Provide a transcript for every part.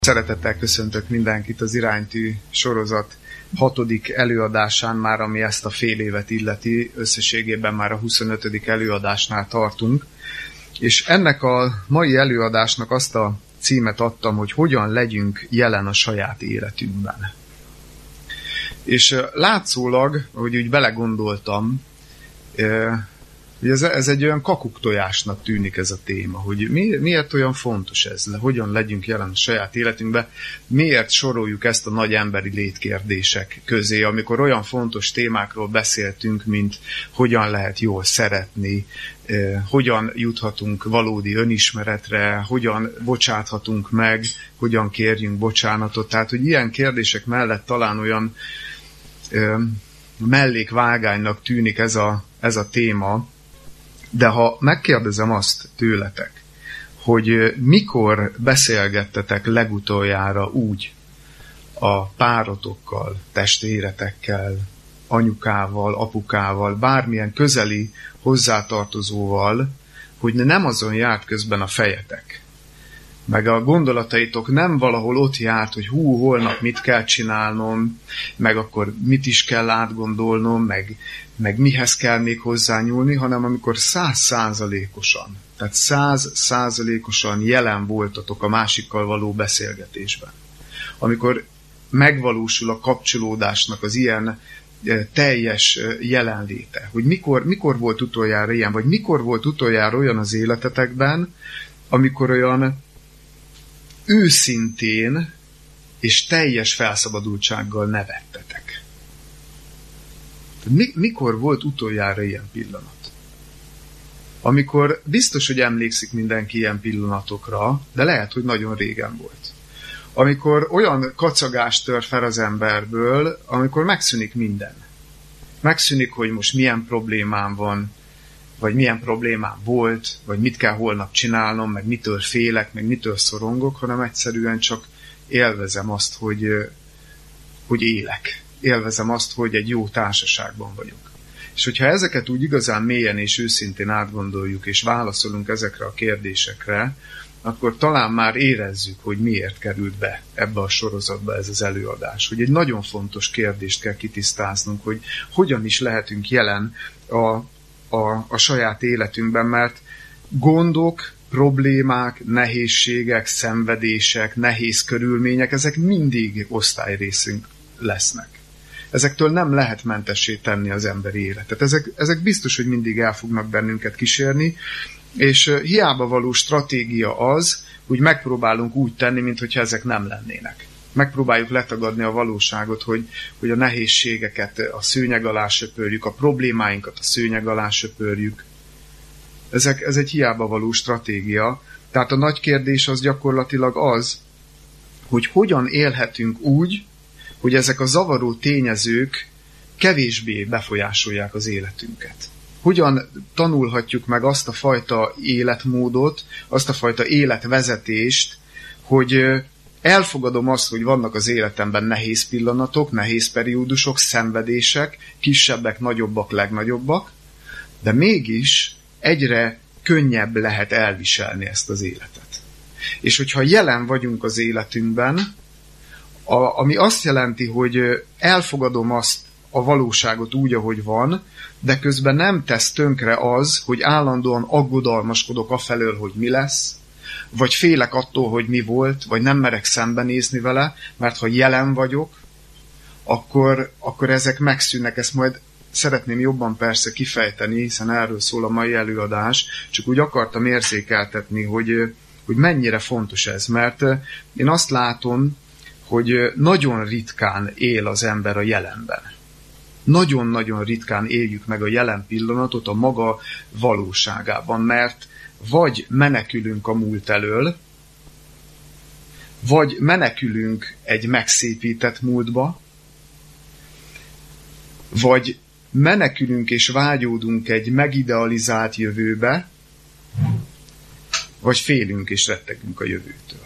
Szeretettel köszöntök mindenkit az Iránytű sorozat 6. előadásán már, ami ezt a fél évet illeti, összességében már a 25. előadásnál tartunk. És ennek a mai előadásnak azt a címet adtam, hogy hogyan legyünk jelen a saját életünkben. És látszólag, ahogy úgy belegondoltam, ez egy olyan kakuktojásnak tűnik ez a téma, hogy miért olyan fontos ez, hogyan legyünk jelen a saját életünkben, miért soroljuk ezt a nagy emberi létkérdések közé, amikor olyan fontos témákról beszéltünk, mint hogyan lehet jól szeretni, hogyan juthatunk valódi önismeretre, hogyan bocsáthatunk meg, hogyan kérjünk bocsánatot. Tehát, hogy ilyen kérdések mellett talán olyan mellékvágánynak tűnik ez a téma, de ha megkérdezem azt tőletek, hogy mikor beszélgettetek legutoljára úgy a párotokkal, testvéretekkel, anyukával, apukával, bármilyen közeli hozzátartozóval, hogy nem azon járt közben a fejetek, meg a gondolataitok nem valahol ott járt, hogy holnap mit kell csinálnom, meg akkor mit is kell átgondolnom, meg mihez kell még hozzányúlni, hanem amikor 100%-osan, tehát 100%-osan jelen voltatok a másikkal való beszélgetésben. Amikor megvalósul a kapcsolódásnak az ilyen teljes jelenléte, hogy mikor volt utoljára ilyen, vagy mikor volt utoljára olyan az életetekben, amikor olyan őszintén és teljes felszabadultsággal nevettetek. Mikor volt utoljára ilyen pillanat? Amikor biztos, hogy emlékszik mindenki ilyen pillanatokra, de lehet, hogy nagyon régen volt. Amikor olyan kacagás tör fel az emberből, amikor megszűnik minden. Megszűnik, hogy most milyen problémám van, vagy milyen problémám volt, vagy mit kell holnap csinálnom, meg mitől félek, meg mitől szorongok, hanem egyszerűen csak élvezem azt, hogy élek. Élvezem azt, hogy egy jó társaságban vagyok. És hogyha ezeket úgy igazán mélyen és őszintén átgondoljuk, és válaszolunk ezekre a kérdésekre, akkor talán már érezzük, hogy miért került be ebbe a sorozatba ez az előadás. Hogy egy nagyon fontos kérdést kell kitisztáznunk, hogy hogyan is lehetünk jelen a saját életünkben, mert gondok, problémák, nehézségek, szenvedések, nehéz körülmények, ezek mindig osztályrészünk lesznek. Ezektől nem lehet mentessé tenni az emberi életet. Ezek biztos, hogy mindig el fognak bennünket kísérni, és hiába való stratégia az, hogy megpróbálunk úgy tenni, mintha ezek nem lennének. Megpróbáljuk letagadni a valóságot, hogy a nehézségeket a szőnyeg alá söpörjük, a problémáinkat a szőnyeg alá söpörjük. Ez egy hiába való stratégia. Tehát a nagy kérdés az gyakorlatilag az, hogy hogyan élhetünk úgy, hogy ezek a zavaró tényezők kevésbé befolyásolják az életünket. Hogyan tanulhatjuk meg azt a fajta életmódot, azt a fajta életvezetést, hogy elfogadom azt, hogy vannak az életemben nehéz pillanatok, nehéz periódusok, szenvedések, kisebbek, nagyobbak, legnagyobbak, de mégis egyre könnyebb lehet elviselni ezt az életet. És hogyha jelen vagyunk az életünkben, ami azt jelenti, hogy elfogadom azt a valóságot úgy, ahogy van, de közben nem tesz tönkre az, hogy állandóan aggodalmaskodok afelől, hogy mi lesz, vagy félek attól, hogy mi volt, vagy nem merek szembenézni vele, mert ha jelen vagyok, akkor ezek megszűnnek. Ezt majd szeretném jobban persze kifejteni, hiszen erről szól a mai előadás, csak úgy akartam érzékeltetni, hogy mennyire fontos ez, mert én azt látom, hogy nagyon ritkán él az ember a jelenben. Nagyon-nagyon ritkán éljük meg a jelen pillanatot a maga valóságában, mert vagy menekülünk a múlt elől, vagy menekülünk egy megszépített múltba, vagy menekülünk és vágyódunk egy megidealizált jövőbe, vagy félünk és rettegünk a jövőtől.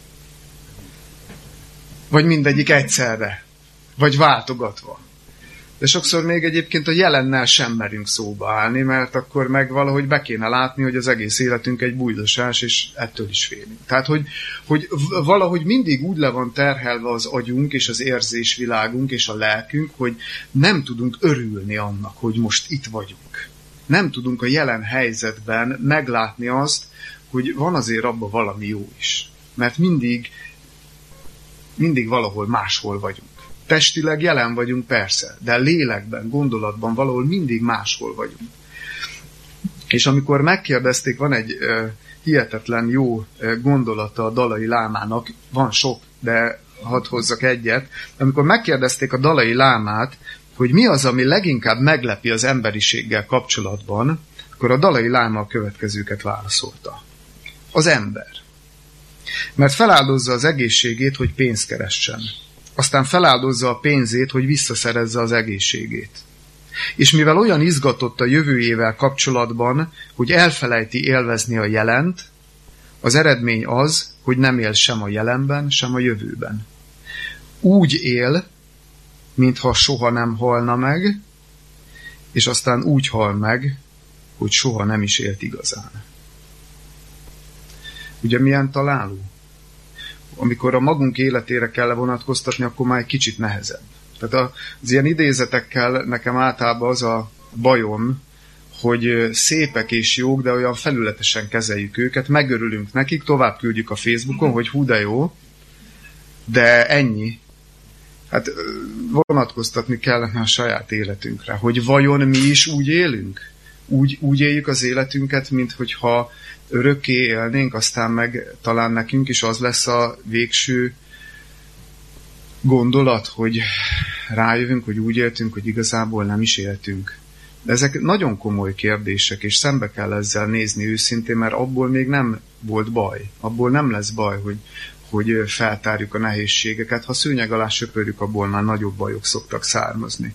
Vagy mindegyik egyszerre, vagy váltogatva. De sokszor még egyébként a jelennel sem merünk szóba állni, mert akkor meg valahogy be kéne látni, hogy az egész életünk egy bújdosás, és ettől is félünk. Tehát, hogy valahogy mindig úgy le van terhelve az agyunk, és az érzésvilágunk, és a lelkünk, hogy nem tudunk örülni annak, hogy most itt vagyunk. Nem tudunk a jelen helyzetben meglátni azt, hogy van azért abban valami jó is. Mert mindig valahol máshol vagyunk. Testileg jelen vagyunk persze, de lélekben, gondolatban valahol mindig máshol vagyunk. És amikor megkérdezték, van egy hihetetlen jó gondolata a Dalai Lámának, van sok, de hadd hozzak egyet, amikor megkérdezték a Dalai Lámát, hogy mi az, ami leginkább meglepi az emberiséggel kapcsolatban, akkor a Dalai Láma a következőket válaszolta. Az ember. Mert feláldozza az egészségét, hogy pénzt keressen. Aztán feláldozza a pénzét, hogy visszaszerezze az egészségét. És mivel olyan izgatott a jövőjével kapcsolatban, hogy elfelejti élvezni a jelent, az eredmény az, hogy nem él sem a jelenben, sem a jövőben. Úgy él, mintha soha nem halna meg, és aztán úgy hal meg, hogy soha nem is élt igazán. Ugye milyen találó? Amikor a magunk életére kell vonatkoztatni, akkor már egy kicsit nehezebb. Tehát az ilyen idézetekkel nekem általában az a bajom, hogy szépek és jók, de olyan felületesen kezeljük őket, megörülünk nekik, tovább küldjük a Facebookon, hogy hú de jó, de ennyi. Hát vonatkoztatni kellene a saját életünkre, hogy vajon mi is úgy élünk? Úgy éljük az életünket, mint hogyha örökké élnénk, aztán meg talán nekünk is az lesz a végső gondolat, hogy rájövünk, hogy úgy éltünk, hogy igazából nem is éltünk. De ezek nagyon komoly kérdések, és szembe kell ezzel nézni őszintén, mert abból még nem volt baj. Abból nem lesz baj, hogy feltárjuk a nehézségeket. Ha szőnyeg alá söpörjük, abból már nagyobb bajok szoktak származni.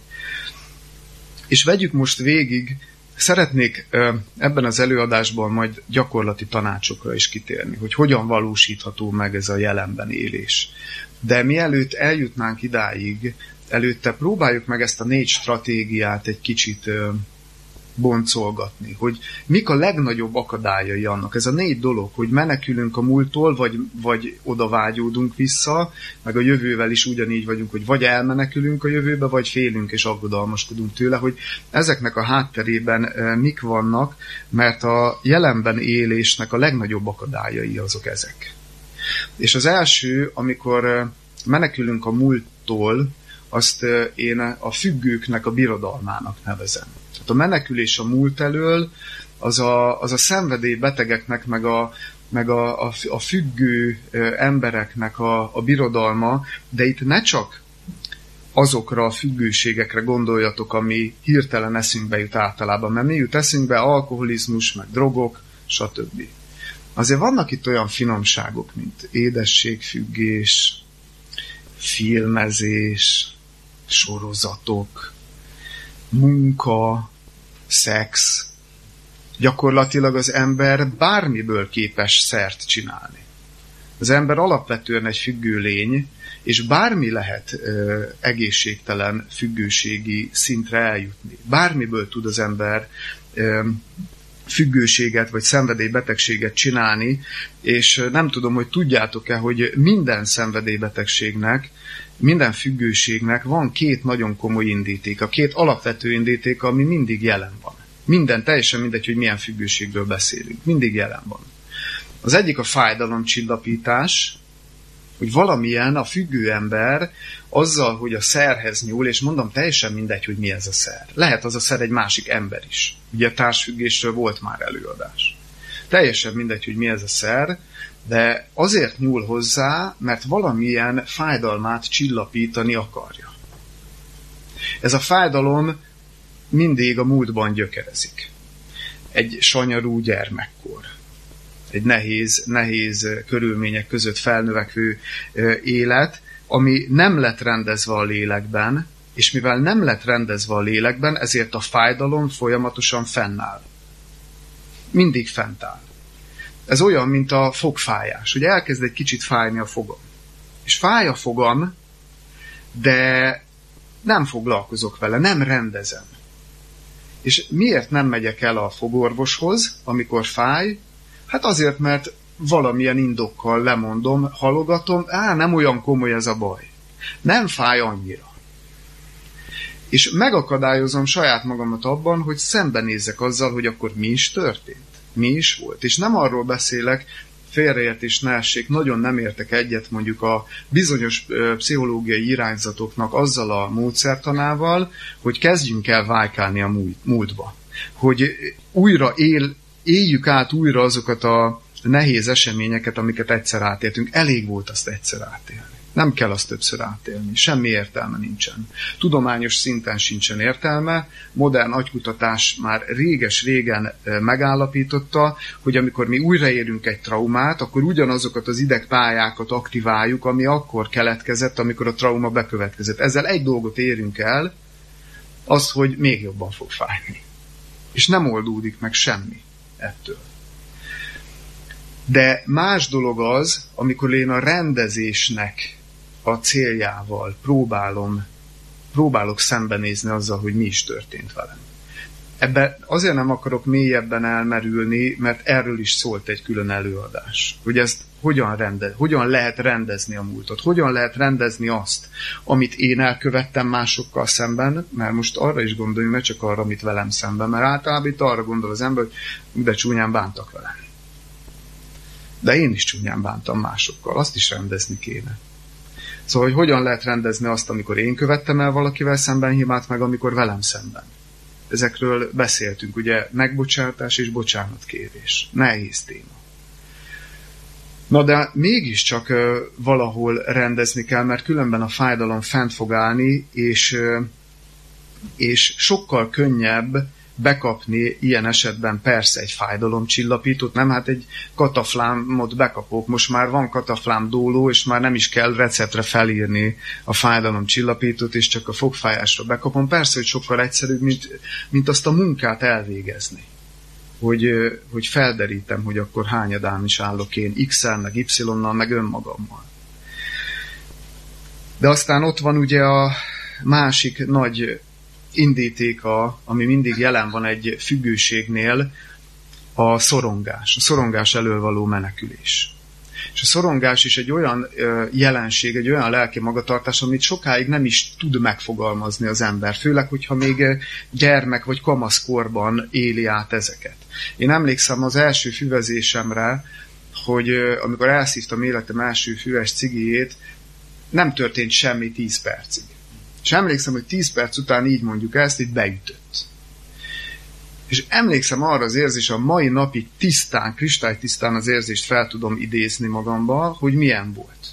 És vegyük most végig, szeretnék ebben az előadásban majd gyakorlati tanácsokra is kitérni, hogy hogyan valósítható meg ez a jelenben élés. De mielőtt eljutnánk idáig, előtte próbáljuk meg ezt a 4 stratégiát egy kicsit boncolgatni, hogy mik a legnagyobb akadályai annak. Ez a 4 dolog, hogy menekülünk a múlttól, vagy oda vágyódunk vissza, meg a jövővel is ugyanígy vagyunk, hogy vagy elmenekülünk a jövőbe, vagy félünk és aggodalmaskodunk tőle, hogy ezeknek a hátterében mik vannak, mert a jelenben élésnek a legnagyobb akadályai azok ezek. És az első, amikor menekülünk a múlttól, azt én a függőknek a birodalmának nevezem. Tehát a menekülés a múlt elől az a szenvedélybetegeknek, meg a függő embereknek a birodalma, de itt ne csak azokra a függőségekre gondoljatok, ami hirtelen eszünkbe jut általában, mert mi jut eszünkbe? Alkoholizmus, meg drogok, stb. Azért vannak itt olyan finomságok, mint édességfüggés, filmezés, sorozatok, munka, szex. Gyakorlatilag az ember bármiből képes szert csinálni. Az ember alapvetően egy függő lény, és bármi lehet egészségtelen függőségi szintre eljutni. Bármiből tud az ember függőséget vagy szenvedélybetegséget csinálni, és nem tudom, hogy tudjátok-e, hogy minden szenvedélybetegségnek, minden függőségnek van 2 nagyon komoly indítéka, 2 alapvető indítéka, ami mindig jelen van. Minden, teljesen mindegy, hogy milyen függőségről beszélünk, mindig jelen van. Az egyik a fájdalomcsillapítás, hogy valamilyen a függő ember azzal, hogy a szerhez nyúl, és mondom, teljesen mindegy, hogy mi ez a szer. Lehet az a szer egy másik ember is. Ugye a társfüggésről volt már előadás. Teljesen mindegy, hogy mi ez a szer, de azért nyúl hozzá, mert valamilyen fájdalmát csillapítani akarja. Ez a fájdalom mindig a múltban gyökerezik. Egy sanyarú gyermekkor. Egy nehéz körülmények között felnövekvő élet, ami nem lett rendezve a lélekben, és mivel nem lett rendezve a lélekben, ezért a fájdalom folyamatosan fennáll. Mindig fent áll. Ez olyan, mint a fogfájás, hogy elkezd egy kicsit fájni a fogam. És fáj a fogam, de nem foglalkozok vele, nem rendezem. És miért nem megyek el a fogorvoshoz, amikor fáj? Hát azért, mert valamilyen indokkal lemondom, halogatom, nem olyan komoly ez a baj. Nem fáj annyira. És megakadályozom saját magamat abban, hogy szembenézzek azzal, hogy akkor mi is történt, mi is volt. És nem arról beszélek, félreértés ne essék, nagyon nem értek egyet mondjuk a bizonyos pszichológiai irányzatoknak azzal a módszertanával, hogy kezdjünk el vájkálni a múltba. Hogy éljük át újra azokat a nehéz eseményeket, amiket egyszer átéltünk. Elég volt azt egyszer átélni. Nem kell azt többször átélni. Semmi értelme nincsen. Tudományos szinten sincsen értelme. Modern agykutatás már réges-régen megállapította, hogy amikor mi újraélünk egy traumát, akkor ugyanazokat az idegpályákat aktiváljuk, ami akkor keletkezett, amikor a trauma bekövetkezett. Ezzel egy dolgot érünk el, az, hogy még jobban fog fájni. És nem oldódik meg semmi ettől. De más dolog az, amikor én a rendezésnek a céljával próbálok szembenézni azzal, hogy mi is történt velem. Ebben azért nem akarok mélyebben elmerülni, mert erről is szólt egy külön előadás. Hogy ezt hogyan lehet rendezni a múltat, hogyan lehet rendezni azt, amit én elkövettem másokkal szemben, mert most arra is gondoljunk, ne csak arra, amit velem szemben, mert általában itt arra gondol az ember, hogy de csúnyán bántak velem. De én is csúnyán bántam másokkal, azt is rendezni kéne. Szóval, hogy hogyan lehet rendezni azt, amikor én követtem el valakivel szemben hibát, meg amikor velem szemben. Ezekről beszéltünk, ugye, megbocsátás és bocsánatkérés. Nehéz téma. Na de mégiscsak valahol rendezni kell, mert különben a fájdalom fent fog állni, és sokkal könnyebb bekapni ilyen esetben persze egy fájdalomcsillapítót, nem, hát egy kataflámot bekapok, most már van kataflám dóló, és már nem is kell receptre felírni a fájdalomcsillapítót, és csak a fogfájásra bekapom. Persze, hogy sokkal egyszerűbb, mint azt a munkát elvégezni. Hogy felderítem, hogy akkor hányadán is állok én, X-el, meg Y-nal, meg önmagammal. De aztán ott van ugye a másik nagy indítéka, ami mindig jelen van egy függőségnél, a szorongás. A szorongás elől való menekülés. És a szorongás is egy olyan jelenség, egy olyan lelki magatartás, amit sokáig nem is tud megfogalmazni az ember. Főleg, hogyha még gyermek vagy kamaszkorban éli át ezeket. Én emlékszem az első füvezésemre, hogy amikor elszívtam életem első füves cigijét, nem történt semmi 10 percig. És emlékszem, hogy 10 perc után így mondjuk ezt, így beütött. És emlékszem arra az érzés, a mai napig tisztán, kristálytisztán az érzést fel tudom idézni magamba, hogy milyen volt.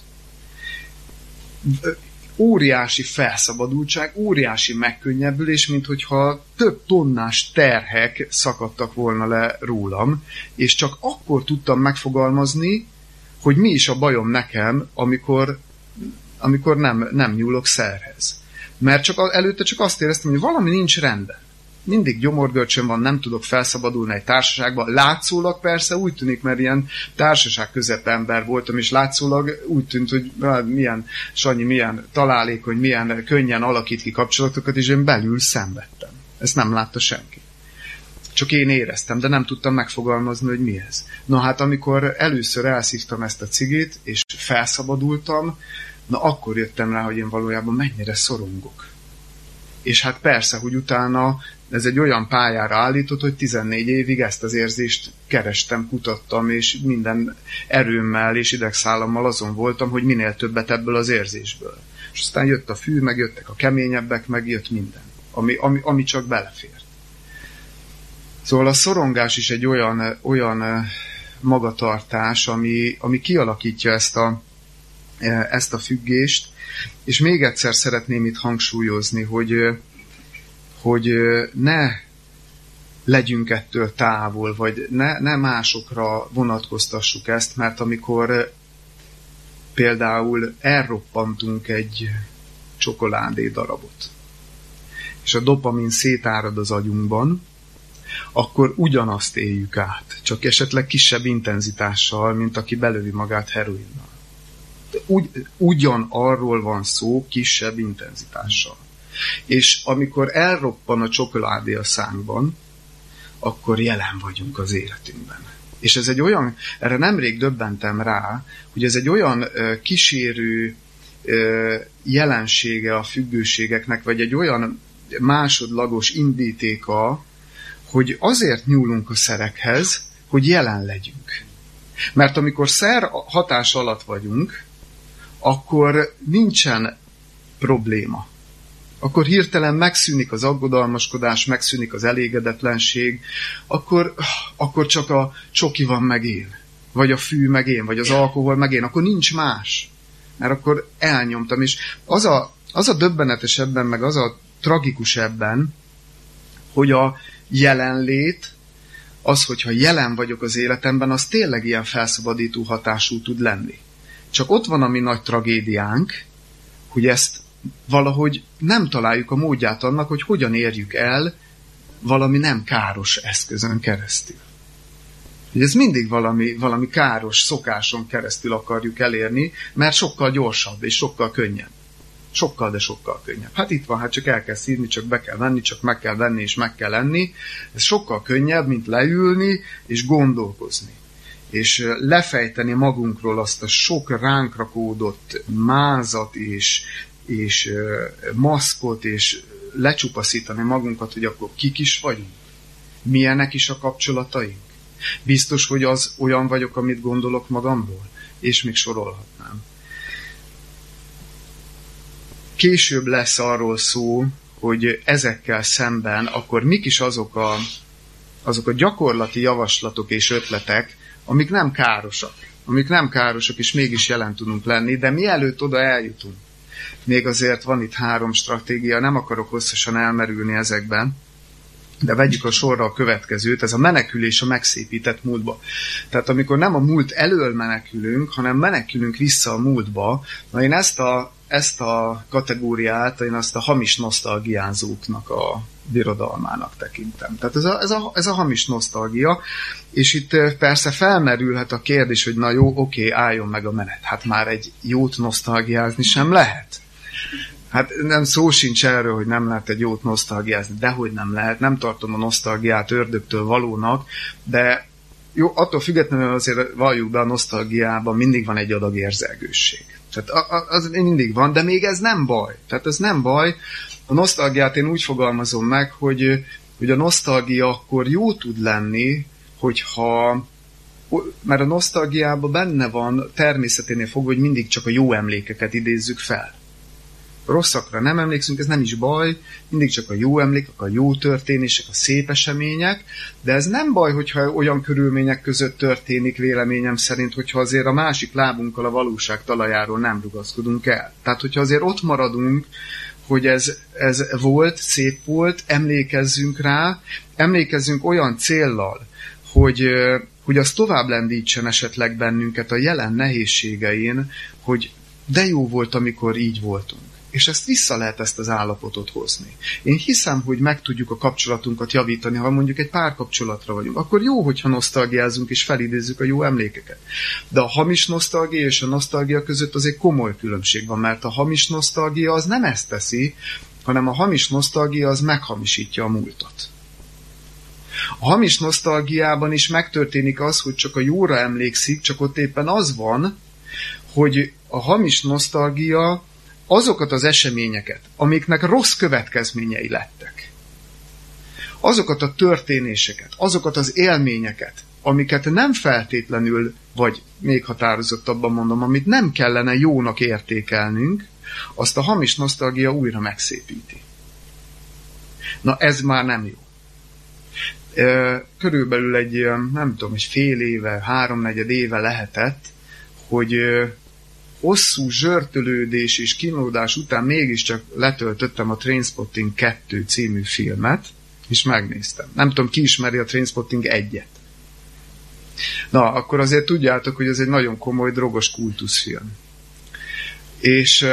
Óriási felszabadultság, óriási megkönnyebbülés, mint hogyha több tonnás terhek szakadtak volna le rólam, és csak akkor tudtam megfogalmazni, hogy mi is a bajom nekem, amikor nem nyúlok szerhez. Mert előtte csak azt éreztem, hogy valami nincs rendben. Mindig gyomorgörcsön van, nem tudok felszabadulni egy társaságban. Látszólag persze úgy tűnik, mert ilyen társaság közepember voltam, és látszólag úgy tűnt, hogy milyen Sanyi, milyen találékony, milyen könnyen alakít ki kapcsolatokat, és én belül szenvedtem. Ezt nem látta senki. Csak én éreztem, de nem tudtam megfogalmazni, hogy mi ez. Na hát, amikor először elszívtam ezt a cigit, és felszabadultam, na akkor jöttem rá, hogy én valójában mennyire szorongok. És hát persze, hogy utána ez egy olyan pályára állított, hogy 14 évig ezt az érzést kerestem, kutattam, és minden erőmmel és idegszállammal azon voltam, hogy minél többet ebből az érzésből. És aztán jött a fű, meg jöttek a keményebbek, meg jött minden, ami csak belefért. Szóval a szorongás is egy olyan magatartás, ami kialakítja ezt a függést, és még egyszer szeretném itt hangsúlyozni, hogy ne legyünk ettől távol, vagy ne másokra vonatkoztassuk ezt, mert amikor például elroppantunk egy csokoládé darabot, és a dopamin szétárad az agyunkban, akkor ugyanazt éljük át, csak esetleg kisebb intenzitással, mint aki belövi magát heroinnal. Ugyanarról van szó, kisebb intenzitással. És amikor elroppan a csokoládé a szánkban, akkor jelen vagyunk az életünkben. És ez egy olyan, erre nemrég döbbentem rá, hogy ez egy olyan kísérő jelensége a függőségeknek, vagy egy olyan másodlagos indítéka, hogy azért nyúlunk a szerekhez, hogy jelen legyünk. Mert amikor szer hatás alatt vagyunk, akkor nincsen probléma. Akkor hirtelen megszűnik az aggodalmaskodás, megszűnik az elégedetlenség, akkor csak a csoki van meg én, vagy a fű meg én, vagy az alkohol meg én, akkor nincs más. Mert akkor elnyomtam. És az a döbbenetes ebben, meg az a tragikus ebben, hogy a jelenlét, az, hogyha jelen vagyok az életemben, az tényleg ilyen felszabadító hatású tud lenni. Csak ott van a mi nagy tragédiánk, hogy ezt valahogy nem találjuk a módját annak, hogy hogyan érjük el valami nem káros eszközön keresztül. Hogy ez mindig valami káros szokáson keresztül akarjuk elérni, mert sokkal gyorsabb és sokkal könnyebb. Sokkal, de sokkal könnyebb. Hát itt van, hát csak el kell szívni, csak be kell venni, csak meg kell venni és meg kell enni. Ez sokkal könnyebb, mint leülni és gondolkozni. És lefejteni magunkról azt a sok ránk rakódott mázat és maszkot, és lecsupaszítani magunkat, hogy akkor kik is vagyunk. Milyenek is a kapcsolataink. Biztos, hogy az olyan vagyok, amit gondolok magamról. És még sorolhatnám. Később lesz arról szó, hogy ezekkel szemben akkor mik is azok a gyakorlati javaslatok és ötletek, amik nem károsak, és mégis jelen tudunk lenni, de mielőtt oda eljutunk. Még azért van itt 3 stratégia, nem akarok hosszasan elmerülni ezekben, de vegyük a sorra a következőt, ez a menekülés a megszépített múltba. Tehát amikor nem a múlt elől menekülünk, hanem menekülünk vissza a múltba, na én ezt a kategóriát, én azt a hamis nosztalgiázóknak a birodalmának tekintem. Tehát ez a hamis nosztalgia, és itt persze felmerülhet a kérdés, hogy na jó, oké, álljon meg a menet. Hát már egy jót nosztalgiázni sem lehet. Hát nem szó sincs erről, hogy nem lehet egy jót nosztalgiázni, dehogy nem lehet. Nem tartom a nosztalgiát ördögtől valónak, de jó, attól függetlenül azért valljuk be, a nosztalgiában mindig van egy adag érzelgősség. Tehát az mindig van, de még ez nem baj. Tehát ez nem baj. A nosztalgiát én úgy fogalmazom meg, hogy a nosztalgia akkor jó tud lenni, mert a nosztalgiában benne van természeténél fogva, hogy mindig csak a jó emlékeket idézzük fel. Rosszakra nem emlékszünk, ez nem is baj, mindig csak a jó emlékek, a jó történések, a szép események, de ez nem baj, hogyha olyan körülmények között történik véleményem szerint, hogyha azért a másik lábunkkal a valóság talajáról nem rugaszkodunk el. Tehát, hogyha azért ott maradunk, hogy ez volt, szép volt, emlékezzünk rá, emlékezzünk olyan céllal, hogy az tovább lendítsen esetleg bennünket a jelen nehézségein, hogy de jó volt, amikor így voltunk. És vissza lehet ezt az állapotot hozni. Én hiszem, hogy meg tudjuk a kapcsolatunkat javítani, ha mondjuk egy párkapcsolatra vagyunk. Akkor jó, hogyha nosztalgiázunk és felidézzük a jó emlékeket. De a hamis nosztalgia és a nosztalgia között azért komoly különbség van, mert a hamis nosztalgia az nem ezt teszi, hanem a hamis nosztalgia az meghamisítja a múltat. A hamis nosztalgiában is megtörténik az, hogy csak a jóra emlékszik, csak ott éppen az van, hogy a hamis nosztalgia azokat az eseményeket, amiknek rossz következményei lettek, azokat a történéseket, azokat az élményeket, amiket nem feltétlenül, vagy még határozottabban mondom, amit nem kellene jónak értékelnünk, azt a hamis nosztalgia újra megszépíti. Na ez már nem jó. Körülbelül egy fél éve, 3-4 éve lehetett, hogy hosszú zsörtölődés és kínlódás után mégiscsak letöltöttem a Trainspotting 2 című filmet, és megnéztem. Nem tudom, ki ismeri a Trainspotting 1-et. Na, akkor azért tudjátok, hogy ez egy nagyon komoly drogos kultuszfilm. És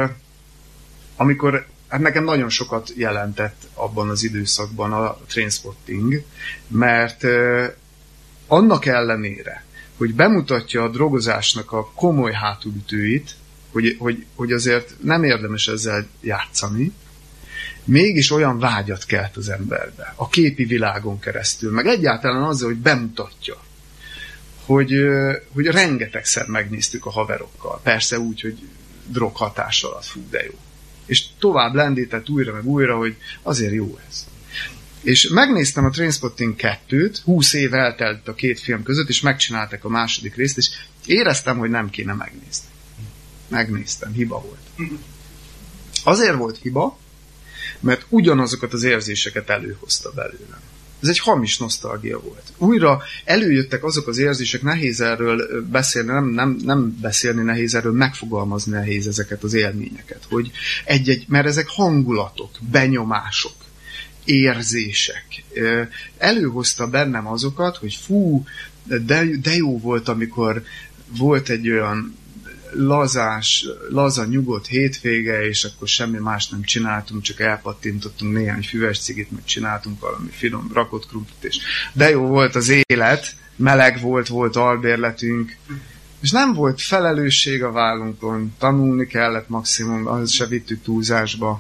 amikor, hát nekem nagyon sokat jelentett abban az időszakban a Trainspotting, mert annak ellenére, hogy bemutatja a drogozásnak a komoly hátulütőit, hogy azért nem érdemes ezzel játszani, mégis olyan vágyat kelt az emberbe, a képi világon keresztül, meg egyáltalán azzal, hogy bemutatja, hogy rengetegszer megnéztük a haverokkal, persze úgy, hogy drog hatás alatt, fú, de jó. És tovább lendített újra meg újra, hogy azért jó ez. És megnéztem a Trainspotting 2-t, 20 év eltelt a két film között, és megcsinálták a második részt, és éreztem, hogy nem kéne megnézni. Megnéztem, hiba volt. Azért volt hiba, mert ugyanazokat az érzéseket előhozta belőlem. Ez egy hamis nosztalgia volt. Újra előjöttek azok az érzések, nehéz erről beszélni, nem beszélni nehéz, erről megfogalmazni nehéz ezeket az élményeket. Hogy mert ezek hangulatok, benyomások, érzések. Előhozta bennem azokat, hogy fú, de jó volt, amikor volt egy olyan laza, nyugodt hétvége, és akkor semmi más nem csináltunk, csak elpattintottunk néhány füves cigit, meg csináltunk valami finom rakott krumplit, és de jó volt az élet, meleg volt albérletünk, és nem volt felelősség a vállunkon, tanulni kellett maximum, az se vittük túlzásba.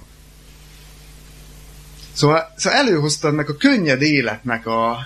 Szóval előhozta ennek a könnyed életnek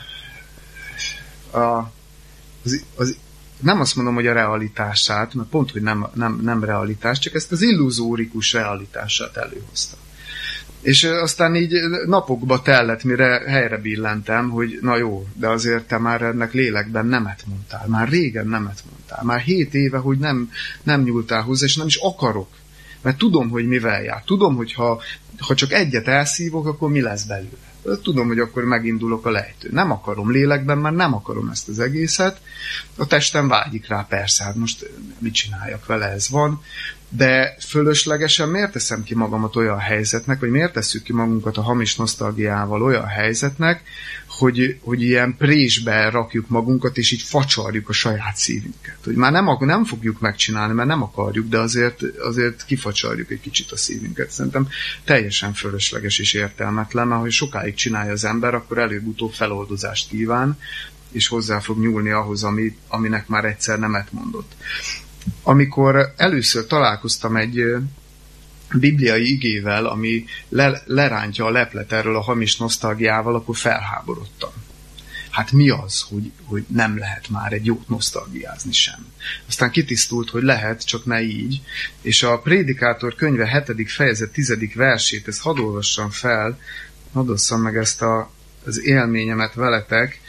nem azt mondom, hogy a realitását, mert pont, hogy nem realitás, csak ezt az illuzórikus realitását előhozta. És aztán így napokba tellett, mire helyre billentem, hogy na jó, de azért te már ennek lélekben nemet mondtál. Már régen nemet mondtál. Már 7 éve, hogy nem nyúltál hozzá, és nem is akarok. Mert tudom, hogy mivel jár. Tudom, hogy ha csak egyet elszívok, akkor mi lesz belőle. Tudom, hogy akkor megindulok a lejtő. Nem akarom lélekben, már nem akarom ezt az egészet. A testem vágyik rá, persze, hát most mit csináljak vele, ez van. De fölöslegesen miért teszem ki magamat olyan helyzetnek, vagy miért tesszük ki magunkat a hamis nosztalgiával olyan helyzetnek, hogy ilyen présbe rakjuk magunkat, és így facsarjuk a saját szívünket. Hogy már nem fogjuk megcsinálni, mert nem akarjuk, de azért kifacsarjuk egy kicsit a szívünket. Szerintem teljesen fölösleges és értelmetlen, mert ha sokáig csinálja az ember, akkor előbb-utóbb feloldozást kíván, és hozzá fog nyúlni ahhoz, aminek már egyszer nemet mondott. Amikor először találkoztam egy bibliai igével, ami lerántja a leplet erről a hamis nosztalgiával, akkor felháborodtam. Hát mi az, hogy nem lehet már egy jót nosztalgiázni sem? Aztán kitisztult, hogy lehet, csak ne így. És a Prédikátor könyve 7. fejezet 10. versét, ezt hadd olvassam fel, hadd osszam meg ezt az élményemet veletek,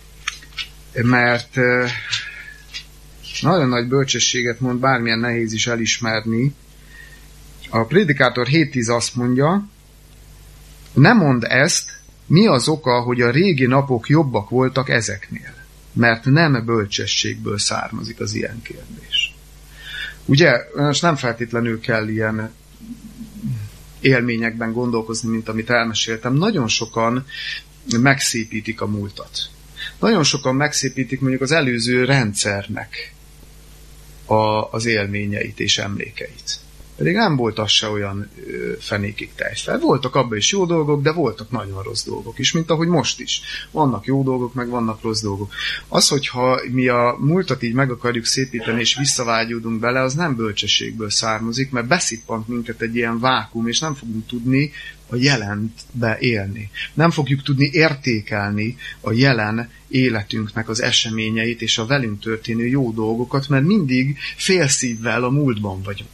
mert nagyon nagy bölcsességet mond, bármilyen nehéz is elismerni. A Prédikátor 7.10 azt mondja, ne mondd ezt, mi az oka, hogy a régi napok jobbak voltak ezeknél, mert nem bölcsességből származik az ilyen kérdés. Ugye, most nem feltétlenül kell ilyen élményekben gondolkozni, mint amit elmeséltem. Nagyon sokan megszépítik a múltat. Nagyon sokan megszépítik mondjuk az előző rendszernek az élményeit és emlékeit. Pedig nem volt az se olyan fenékig tejfel. Voltak abban is jó dolgok, de voltak nagyon rossz dolgok is, mint ahogy most is. Vannak jó dolgok, meg vannak rossz dolgok. Az, hogyha mi a múltat így meg akarjuk szépíteni, és visszavágyódunk bele, az nem bölcsességből származik, mert beszippant minket egy ilyen vákum, és nem fogunk tudni a jelentbe élni. Nem fogjuk tudni értékelni a jelen életünknek az eseményeit, és a velünk történő jó dolgokat, mert mindig félszívvel a múltban vagyunk.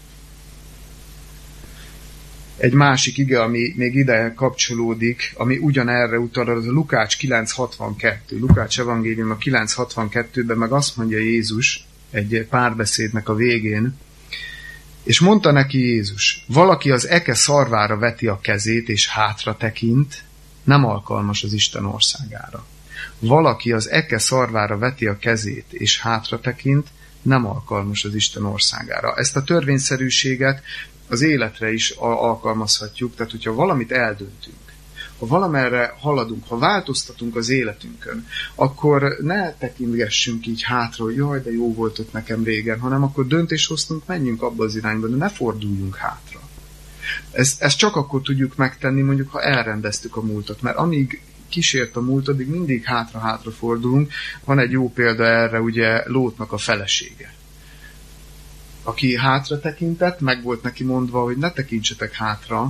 Egy másik ige, ami még ide kapcsolódik, ami ugyanerre utal, az a Lukács 9.62. Lukács evangélium a 9.62-ben meg azt mondja Jézus egy párbeszédnek a végén, és mondta neki Jézus, valaki az eke szarvára veti a kezét és hátra tekint, nem alkalmas az Isten országára. Valaki az eke szarvára veti a kezét és hátra tekint, nem alkalmas az Isten országára. Ezt a törvényszerűséget az életre is alkalmazhatjuk, tehát hogyha valamit eldöntünk, ha valamerre haladunk, ha változtatunk az életünkön, akkor ne tekintgessünk így hátra, hogy jaj, de jó volt ott nekem régen, hanem akkor döntést hoztunk, menjünk abba az irányba, de ne forduljunk hátra. Ezt csak akkor tudjuk megtenni, mondjuk, ha elrendeztük a múltat, mert amíg kísért a múlt, addig mindig hátra-hátra fordulunk. Van egy jó példa erre, ugye Lótnak a felesége, aki hátra tekintett, meg volt neki mondva, hogy ne tekintsetek hátra,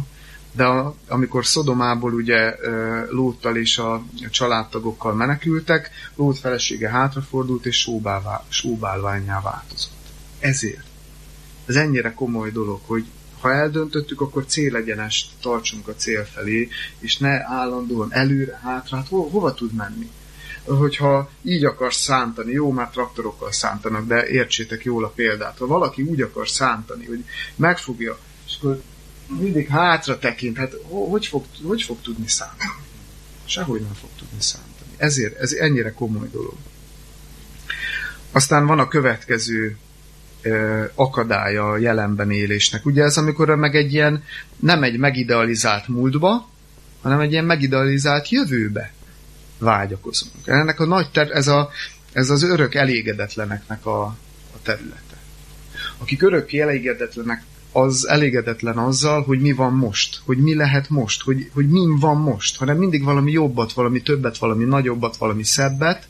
De amikor Szodomából ugye Lóttal és a családtagokkal menekültek, Lót felesége hátrafordult és sóbálvánnyá változott. Ezért. Ez ennyire komoly dolog, hogy ha eldöntöttük, akkor célegyenest tartsunk a cél felé, és ne állandóan előre, hátra, hova tud menni? Hogyha így akarsz szántani, jó, már traktorokkal szántanak, de értsétek jól a példát. Ha valaki úgy akar szántani, hogy megfogja, és akkor mindig hátra tekint, hát hogy fog tudni szántani? Sehogy nem fog tudni szántani. Ezért ez ennyire komoly dolog. Aztán van a következő akadálya a jelenben élésnek. Ugye ez, amikor meg egy ilyen, nem egy megidealizált múltba, hanem egy ilyen megidealizált jövőbe vágyakozunk. Ennek a nagy ez az örök elégedetleneknek a területe. Akik örökké elégedetlenek, az elégedetlen azzal, hogy mi van most, hogy mi lehet most, hogy mi van most, hanem mindig valami jobbat, valami többet, valami nagyobbat, valami szebbet,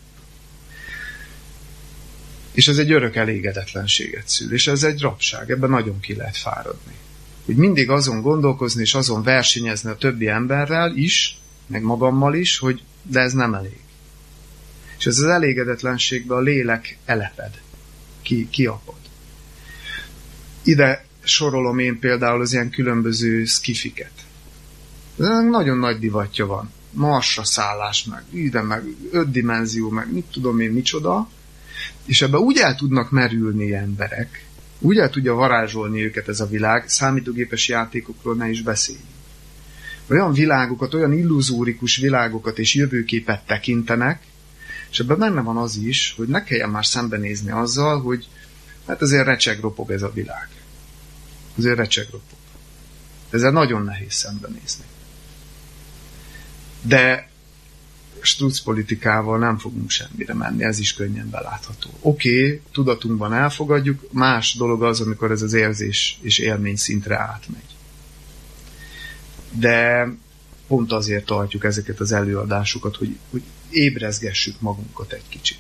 és ez egy örök elégedetlenséget szül, és ez egy rabság, ebben nagyon ki lehet fáradni. Hogy mindig azon gondolkozni, és azon versenyezni a többi emberrel is, meg magammal is, hogy de ez nem elég. És ez az elégedetlenségben a lélek eleped, kiapad. Ide sorolom én például az ilyen különböző skifiket. Nagyon nagy divatja van. Marsra szállás, meg ide, meg 5 dimenzió, meg mit tudom én micsoda, és ebben úgy el tudnak merülni emberek, úgy el tudja varázsolni őket ez a világ, számítógépes játékokról ne is beszéljünk. Olyan világokat, olyan illuzórikus világokat és jövőképet tekintenek, és ebben benne van az is, hogy ne kelljen már szembenézni azzal, hogy hát azért recseg-ropog ez a világ. Azért recseg-ropog. Ezzel nagyon nehéz szembenézni. De struccpolitikával nem fogunk semmire menni, ez is könnyen belátható. Oké, tudatunkban elfogadjuk, más dolog az, amikor ez az érzés és élmény szintre átmegy. De pont azért tartjuk ezeket az előadásokat, hogy ébrezgessük magunkat egy kicsit.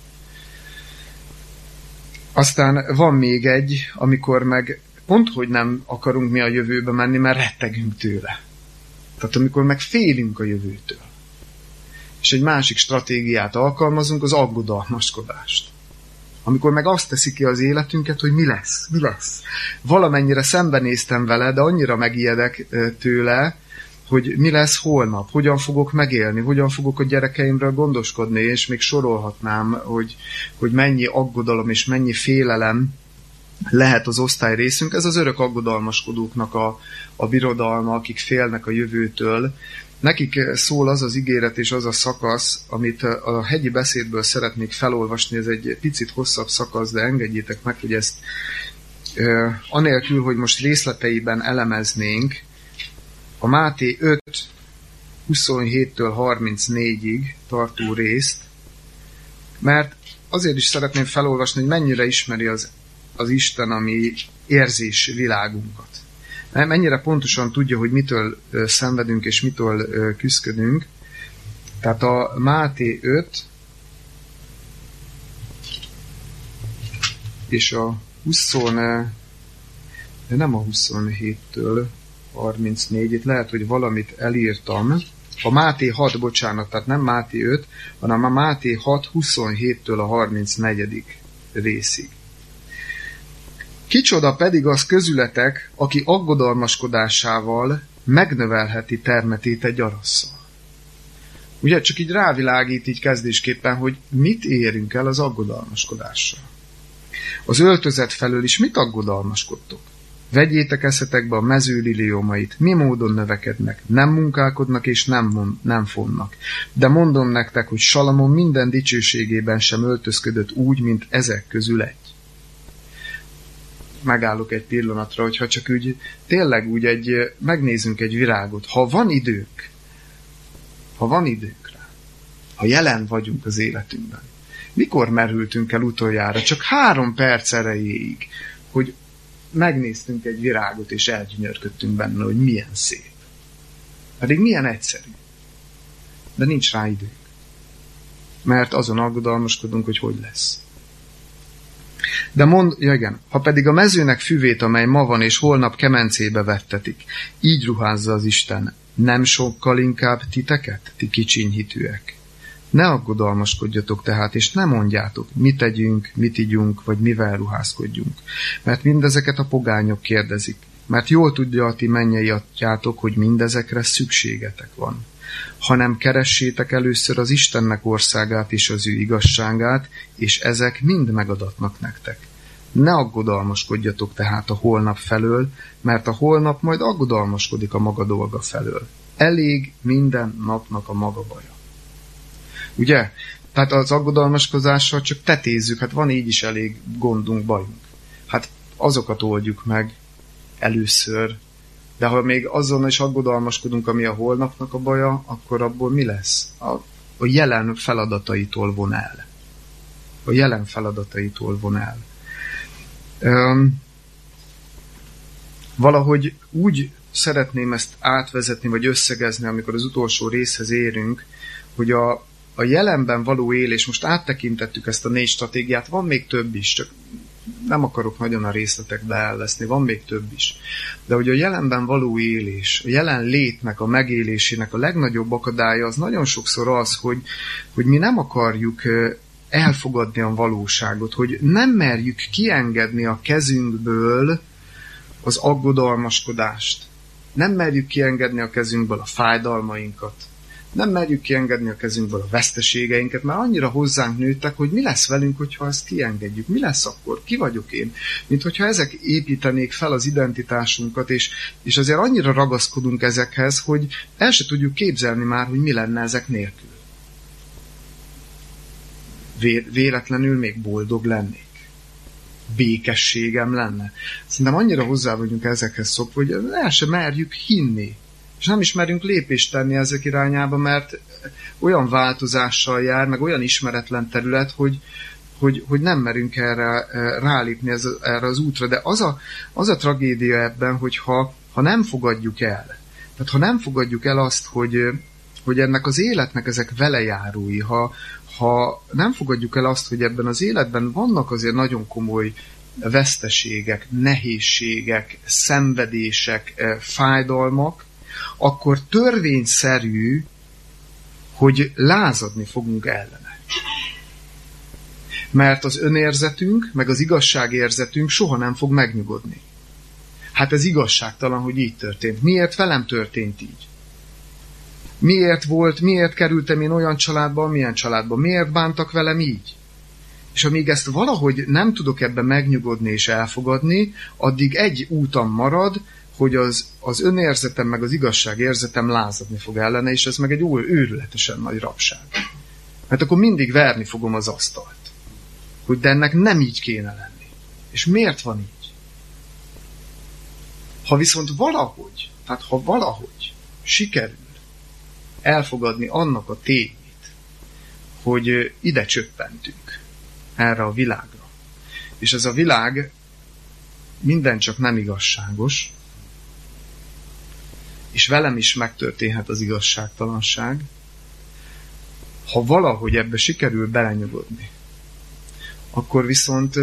Aztán van még egy, amikor meg pont, hogy nem akarunk mi a jövőbe menni, mert rettegünk tőle. Tehát amikor meg félünk a jövőtől. És egy másik stratégiát alkalmazunk, az aggodalmaskodást. Amikor meg azt teszi ki az életünket, hogy mi lesz. Valamennyire szembenéztem vele, de annyira megijedek tőle, hogy mi lesz holnap, hogyan fogok megélni, hogyan fogok a gyerekeimről gondoskodni, és még sorolhatnám, hogy mennyi aggodalom és mennyi félelem lehet az osztály részünk. Ez az örök aggodalmaskodóknak a birodalma, akik félnek a jövőtől. Nekik szól az az ígéret és az a szakasz, amit a hegyi beszédből szeretnék felolvasni, ez egy picit hosszabb szakasz, de engedjétek meg, hogy ezt anélkül, hogy most részleteiben elemeznénk, a Máté 5, 27-től 34-ig tartó részt, mert azért is szeretném felolvasni, hogy mennyire ismeri az Isten a mi érzés világunkat. Mennyire pontosan tudja, hogy mitől szenvedünk és mitől küszködünk. Tehát a Máté 5 és a 20, de nem a 27-től 34-et, lehet, hogy valamit elírtam. A Máté 6, bocsánat, tehát nem Máté 5, hanem a Máté 6, 27-től a 34. részig. Kicsoda pedig az közületek, aki aggodalmaskodásával megnövelheti termetét egy arasszal. Ugye csak így rávilágít így kezdésképpen, hogy mit érünk el az aggodalmaskodással. Az öltözet felől is mit aggodalmaskodtok? Vegyétek eszetekbe a mezőliliomait, mi módon növekednek, nem munkálkodnak és nem fonnak. De mondom nektek, hogy Salamon minden dicsőségében sem öltözködött úgy, mint ezek közül egy. Megállok egy pillanatra, hogyha csak úgy tényleg úgy megnézzünk egy virágot. Ha van időnk rá, ha jelen vagyunk az életünkben, mikor merültünk el utoljára? Csak 3 perc erejéig, hogy megnéztünk egy virágot, és elgyönyörködtünk benne, hogy milyen szép. Pedig milyen egyszerű. De nincs rá időnk. Mert azon aggodalmaskodunk, hogy lesz. De igen, ha pedig a mezőnek füvét, amely ma van és holnap kemencébe vettetik, így ruházza az Isten, nem sokkal inkább titeket, ti kicsinyhitűek? Ne aggodalmaskodjatok tehát, és ne mondjátok, mit tegyünk, mit igyunk, vagy mivel ruházkodjunk. Mert mindezeket a pogányok kérdezik. Mert jól tudja a ti mennyei atyátok, hogy mindezekre szükségetek van. Hanem keressétek először az Istennek országát és az ő igazságát, és ezek mind megadatnak nektek. Ne aggodalmaskodjatok tehát a holnap felől, mert a holnap majd aggodalmaskodik a maga dolga felől. Elég minden napnak a maga baja. Ugye? Tehát az aggodalmaskodással csak tetézzük, hát van így is elég gondunk, bajunk. Hát azokat oldjuk meg először, de ha még azon is aggodalmaskodunk, ami a holnapnak a baja, akkor abból mi lesz? A jelen feladataitól von el. A jelen feladataitól von el. Valahogy úgy szeretném ezt átvezetni, vagy összegezni, amikor az utolsó részhez érünk, hogy a jelenben való élés, most áttekintettük ezt a 4 stratégiát, van még több is, csak nem akarok nagyon a részletekbe elveszni, van még több is. De hogy a jelenben való élés, a jelen létnek, a megélésének a legnagyobb akadálya az nagyon sokszor az, hogy mi nem akarjuk elfogadni a valóságot, hogy nem merjük kiengedni a kezünkből az aggodalmaskodást. Nem merjük kiengedni a kezünkből a fájdalmainkat. Nem merjük kiengedni a kezünkből a veszteségeinket, mert annyira hozzánk nőttek, hogy mi lesz velünk, hogyha ezt kiengedjük. Mi lesz akkor? Ki vagyok én? Mint hogyha ezek építenék fel az identitásunkat, és azért annyira ragaszkodunk ezekhez, hogy el se tudjuk képzelni már, hogy mi lenne ezek nélkül. Véletlenül még boldog lennék. Békességem lenne. Szerintem annyira hozzá vagyunk ezekhez szokva, hogy el sem merjük hinni. És nem is merünk lépést tenni ezek irányába, mert olyan változással jár, meg olyan ismeretlen terület, hogy nem merünk erre rálépni erre az útra. De az a tragédia ebben, hogy ha nem fogadjuk el, tehát ha nem fogadjuk el azt, hogy ennek az életnek ezek velejárói, ha nem fogadjuk el azt, hogy ebben az életben vannak azért nagyon komoly veszteségek, nehézségek, szenvedések, fájdalmak, akkor törvényszerű, hogy lázadni fogunk ellene. Mert az önérzetünk, meg az igazságérzetünk soha nem fog megnyugodni. Hát ez igazságtalan, hogy így történt. Miért velem történt így? Miért kerültem én olyan családba, amilyen családba? Miért bántak velem így? És amíg ezt valahogy nem tudok ebben megnyugodni és elfogadni, addig egy útam marad, hogy az önérzetem meg az igazságérzetem lázadni fog ellene, és ez meg egy őrületesen nagy rabság. Mert akkor mindig verni fogom az asztalt. Hogy de ennek nem így kéne lenni. És miért van így? Ha viszont valahogy sikerül elfogadni annak a tényét, hogy ide csöppentünk erre a világra, és ez a világ minden csak nem igazságos, és velem is megtörténhet az igazságtalanság, ha valahogy ebbe sikerül belenyugodni, akkor viszont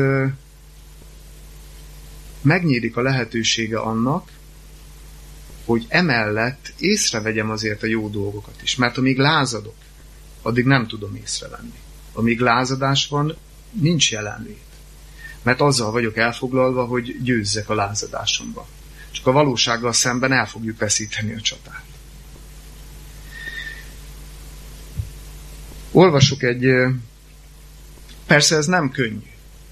megnyílik a lehetősége annak, hogy emellett észrevegyem azért a jó dolgokat is. Mert amíg lázadok, addig nem tudom észrevenni. Amíg lázadás van, nincs jelenlét. Mert azzal vagyok elfoglalva, hogy győzzek a lázadásomba. Csak a valósággal szemben el fogjuk veszíteni a csatát. Olvasok persze ez nem könnyű.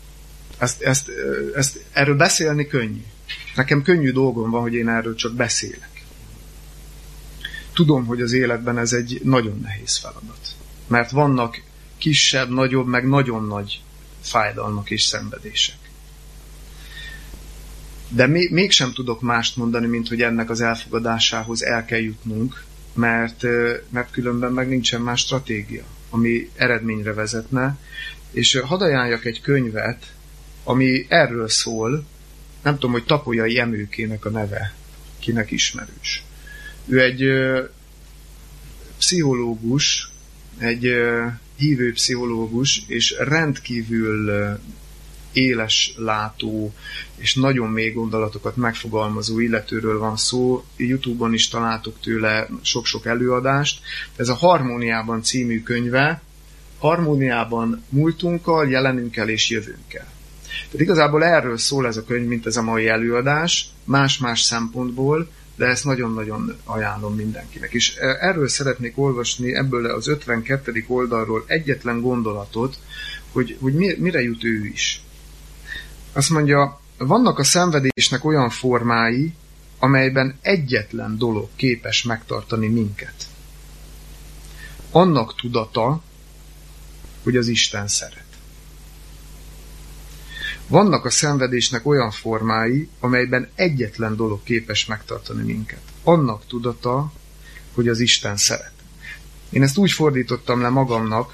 Erről beszélni könnyű. Nekem könnyű dolgom van, hogy én erről csak beszélek. Tudom, hogy az életben ez egy nagyon nehéz feladat. Mert vannak kisebb, nagyobb, meg nagyon nagy fájdalmak és szenvedések. De mégsem tudok mást mondani, mint hogy ennek az elfogadásához el kell jutnunk, mert különben meg nincsen más stratégia, ami eredményre vezetne. És hadd ajánljak egy könyvet, ami erről szól, nem tudom, hogy Tapolyai Emőkének a neve, kinek ismerős. Ő egy pszichológus, egy hívő pszichológus, és rendkívül éles látó és nagyon mély gondolatokat megfogalmazó illetőről van szó. YouTube-on is találtok tőle sok-sok előadást. Ez a Harmóniában című könyve, harmóniában múltunkkal, jelenünkkel és jövőnkkel. Tehát igazából erről szól ez a könyv, mint ez a mai előadás, más-más szempontból, de ezt nagyon-nagyon ajánlom mindenkinek. És erről szeretnék olvasni, ebből az 52. oldalról egyetlen gondolatot, hogy mire jut ő is. Azt mondja, vannak a szenvedésnek olyan formái, amelyben egyetlen dolog képes megtartani minket. Annak tudata, hogy az Isten szeret. Vannak a szenvedésnek olyan formái, amelyben egyetlen dolog képes megtartani minket. Annak tudata, hogy az Isten szeret. Én ezt úgy fordítottam le magamnak,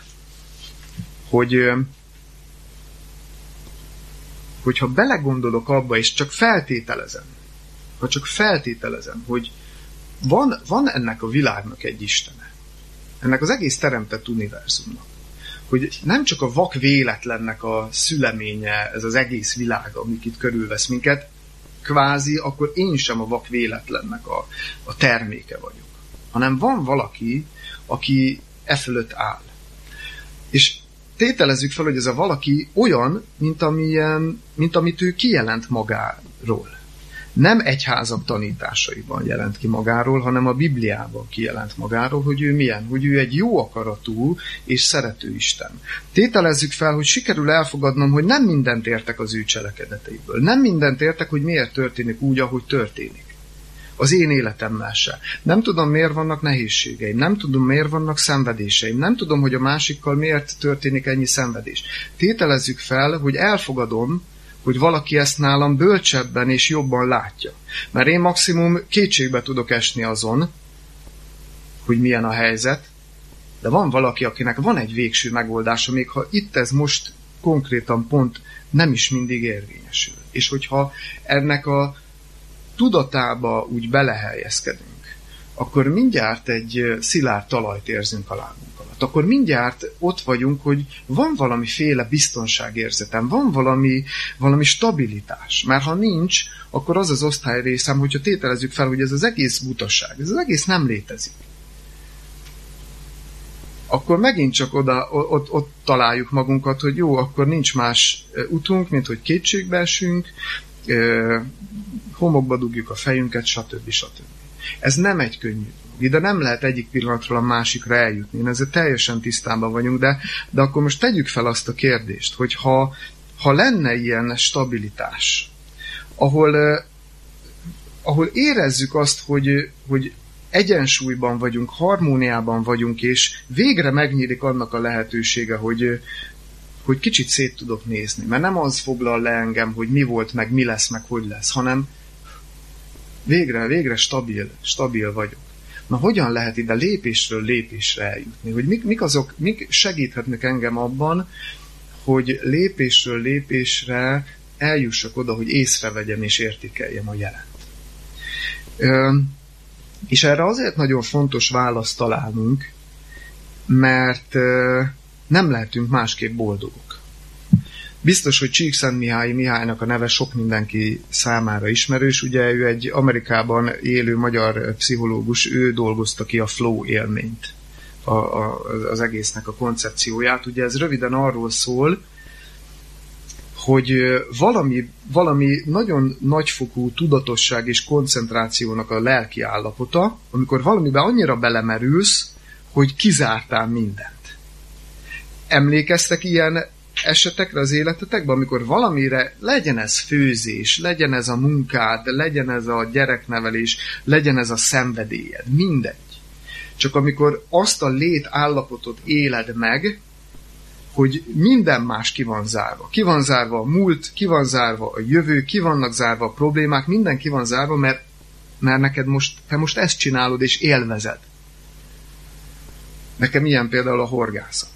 hogyha belegondolok abba, és csak feltételezem, hogy van ennek a világnak egy Istene, ennek az egész teremtett univerzumnak, hogy nem csak a vak véletlennek a szüleménye ez az egész világ, amik itt körülvesz minket, kvázi, akkor én sem a vak véletlennek a terméke vagyok, hanem van valaki, aki e fölött áll. És tételezzük fel, hogy ez a valaki olyan, mint amit ő kijelent magáról. Nem egyházak tanításaiban jelent ki magáról, hanem a Bibliában kijelent magáról, hogy ő milyen, hogy ő egy jó akaratú és szerető Isten. Tételezzük fel, hogy sikerül elfogadnom, hogy nem mindent értek az ő cselekedeteiből. Nem mindent értek, hogy miért történik úgy, ahogy történik. Az én életemmel se. Nem tudom, miért vannak nehézségeim, nem tudom, miért vannak szenvedéseim, nem tudom, hogy a másikkal miért történik ennyi szenvedés. Tételezzük fel, hogy elfogadom, hogy valaki ezt nálam bölcsebben és jobban látja. Mert én maximum kétségbe tudok esni azon, hogy milyen a helyzet, de van valaki, akinek van egy végső megoldása, még ha itt ez most konkrétan pont nem is mindig érvényesül. És hogyha ennek a tudatába úgy belehelyezkedünk, akkor mindjárt egy szilárd talajt érzünk a lábunk alatt. Akkor mindjárt ott vagyunk, hogy van valamiféle biztonságérzetem, van valami stabilitás. Mert ha nincs, akkor az osztályrészem, hogyha tételezzük fel, hogy ez az egész butaság, ez az egész nem létezik. Akkor megint csak ott találjuk magunkat, hogy jó, akkor nincs más utunk, mint hogy kétségbe esünk, homokba dugjuk a fejünket, stb. Ez nem egy könnyű dolog. De nem lehet egyik pillanatról a másikra eljutni. Én ezzel teljesen tisztában vagyunk, de akkor most tegyük fel azt a kérdést, hogy ha lenne ilyen stabilitás, ahol érezzük azt, hogy egyensúlyban vagyunk, harmóniában vagyunk, és végre megnyílik annak a lehetősége, hogy kicsit szét tudok nézni. Mert nem az foglal le engem, hogy mi volt, meg mi lesz, meg hogy lesz, hanem végre stabil vagyok. Na hogyan lehet ide lépésről lépésre eljutni? Hogy mik segíthetnek engem abban, hogy lépésről lépésre eljussak oda, hogy észrevegyem és értékeljem a jelent. És erre azért nagyon fontos választ találnunk, mert nem lehetünk másképp boldogok. Biztos, hogy Csíkszentmihályi Mihálynak a neve sok mindenki számára ismerős. Ugye ő egy Amerikában élő magyar pszichológus, ő dolgozta ki a flow élményt, az egésznek a koncepcióját. Ugye ez röviden arról szól, hogy valami nagyon nagyfokú tudatosság és koncentrációnak a lelki állapota, amikor valamiben annyira belemerülsz, hogy kizártál mindent. Emlékeztek ilyen esetekre az életetekben, amikor valamire, legyen ez főzés, legyen ez a munkád, legyen ez a gyereknevelés, legyen ez a szenvedélyed, mindegy. Csak amikor azt a létállapotot éled meg, hogy minden más ki van zárva. Ki van zárva a múlt, ki van zárva a jövő, ki vannak zárva a problémák, minden ki van zárva, mert neked te most ezt csinálod és élvezed. Nekem ilyen például a horgászat.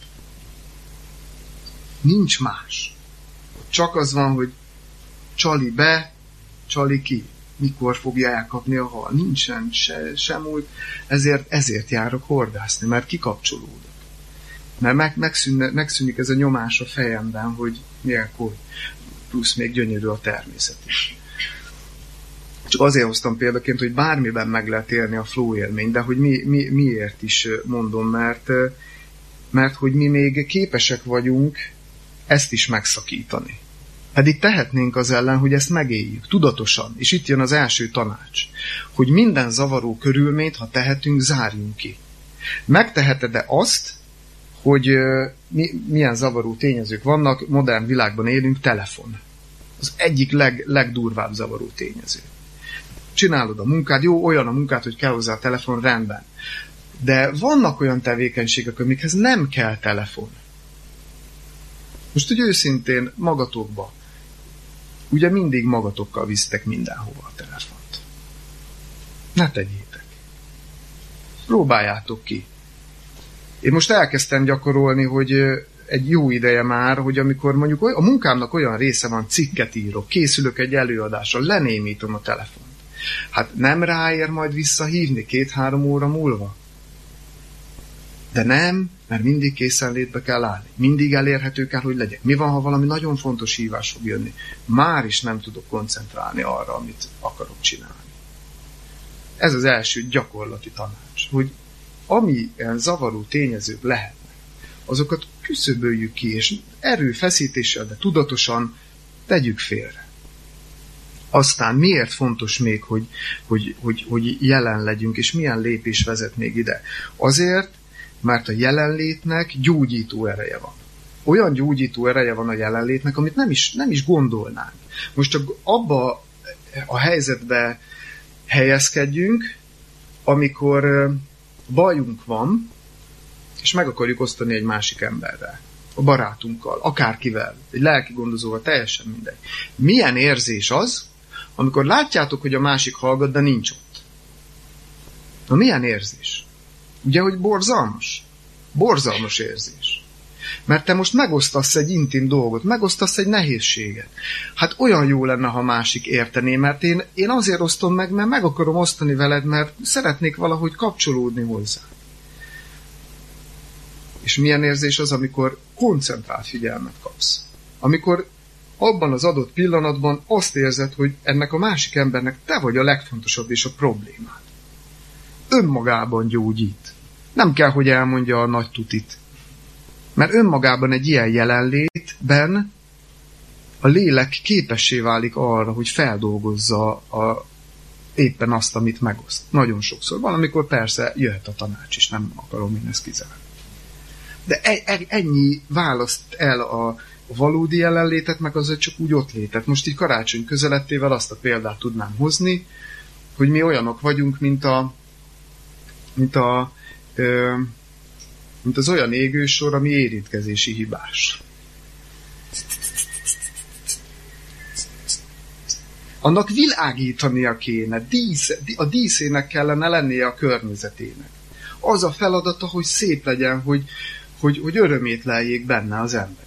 Nincs más. Csak az van, hogy csali be, csali ki. Mikor fogja elkapni a hal. Nincsen sem úgy. Ezért járok horgászni, mert kikapcsolódok. Mert megszűnik ez a nyomás a fejemben, hogy milyenkor. plusz még gyönyörű a természet is. Csak azért hoztam példaként, hogy bármiben meg lehet élni a flow élmény, de hogy miért is mondom, mert hogy mi még képesek vagyunk ezt is megszakítani. Pedig tehetnénk az ellen, hogy ezt megéljük, tudatosan. És itt jön az első tanács, hogy minden zavaró körülményt, ha tehetünk, zárjunk ki. Megteheted-e azt, hogy milyen zavaró tényezők vannak, modern világban élünk, telefon. Az egyik legdurvább zavaró tényező. Csinálod a munkád, jó, olyan a munkád, hogy kell hozzá a telefon, rendben. De vannak olyan tevékenységek, amikhez nem kell telefon. Most ugye őszintén magatokba. Ugye mindig magatokkal visztek mindenhova a telefont. Ne tegyétek. Próbáljátok ki. Én most elkezdtem gyakorolni, hogy egy jó ideje már, hogy amikor mondjuk a munkámnak olyan része van, cikket írok, készülök egy előadásra, lenémítom a telefont. Hát nem ráér majd visszahívni 2-3 óra múlva? De nem, mert mindig készenlétbe kell állni. Mindig elérhető kell, hogy legyek. Mi van, ha valami nagyon fontos hívás fog jönni? Már is nem tudok koncentrálni arra, amit akarok csinálni. Ez az első gyakorlati tanács, hogy amilyen zavaró tényezők lehetnek, azokat küszöböljük ki, és erőfeszítéssel, de tudatosan tegyük félre. Aztán miért fontos még, hogy jelen legyünk, és milyen lépés vezet még ide? Azért, mert a jelenlétnek gyógyító ereje van. Olyan gyógyító ereje van a jelenlétnek, amit nem is gondolnánk. Most csak abba a helyzetbe helyezkedjünk, amikor bajunk van, és meg akarjuk osztani egy másik emberrel, a barátunkkal, akárkivel, egy lelki gondozóval, teljesen mindegy. Milyen érzés az, amikor látjátok, hogy a másik hallgat, de nincs ott? Na milyen érzés? Ugye, hogy borzalmas? Borzalmas érzés. Mert te most megosztasz egy intim dolgot, megosztasz egy nehézséget. Hát olyan jó lenne, ha másik értené, mert én azért osztom meg, mert akarom osztani veled, mert szeretnék valahogy kapcsolódni hozzá. És milyen érzés az, amikor koncentrált figyelmet kapsz? Amikor abban az adott pillanatban azt érzed, hogy ennek a másik embernek te vagy a legfontosabb és a problémád. Önmagában gyógyít. Nem kell, hogy elmondja a nagy tutit. Mert önmagában egy ilyen jelenlétben a lélek képessé válik arra, hogy feldolgozza éppen azt, amit megoszt. Nagyon sokszor. Valamikor persze jöhet a tanács is, nem akarom én ezt kizárni. De ennyi választ el a valódi jelenlétet, meg azért csak úgy ott létet. Most így karácsony közelettével azt a példát tudnám hozni, hogy mi olyanok vagyunk, mint az olyan égősor, ami érintkezési hibás. Annak világítania kéne, a díszének kellene lennie a környezetének. Az a feladata, hogy szép legyen, hogy örömét leljék benne az emberek.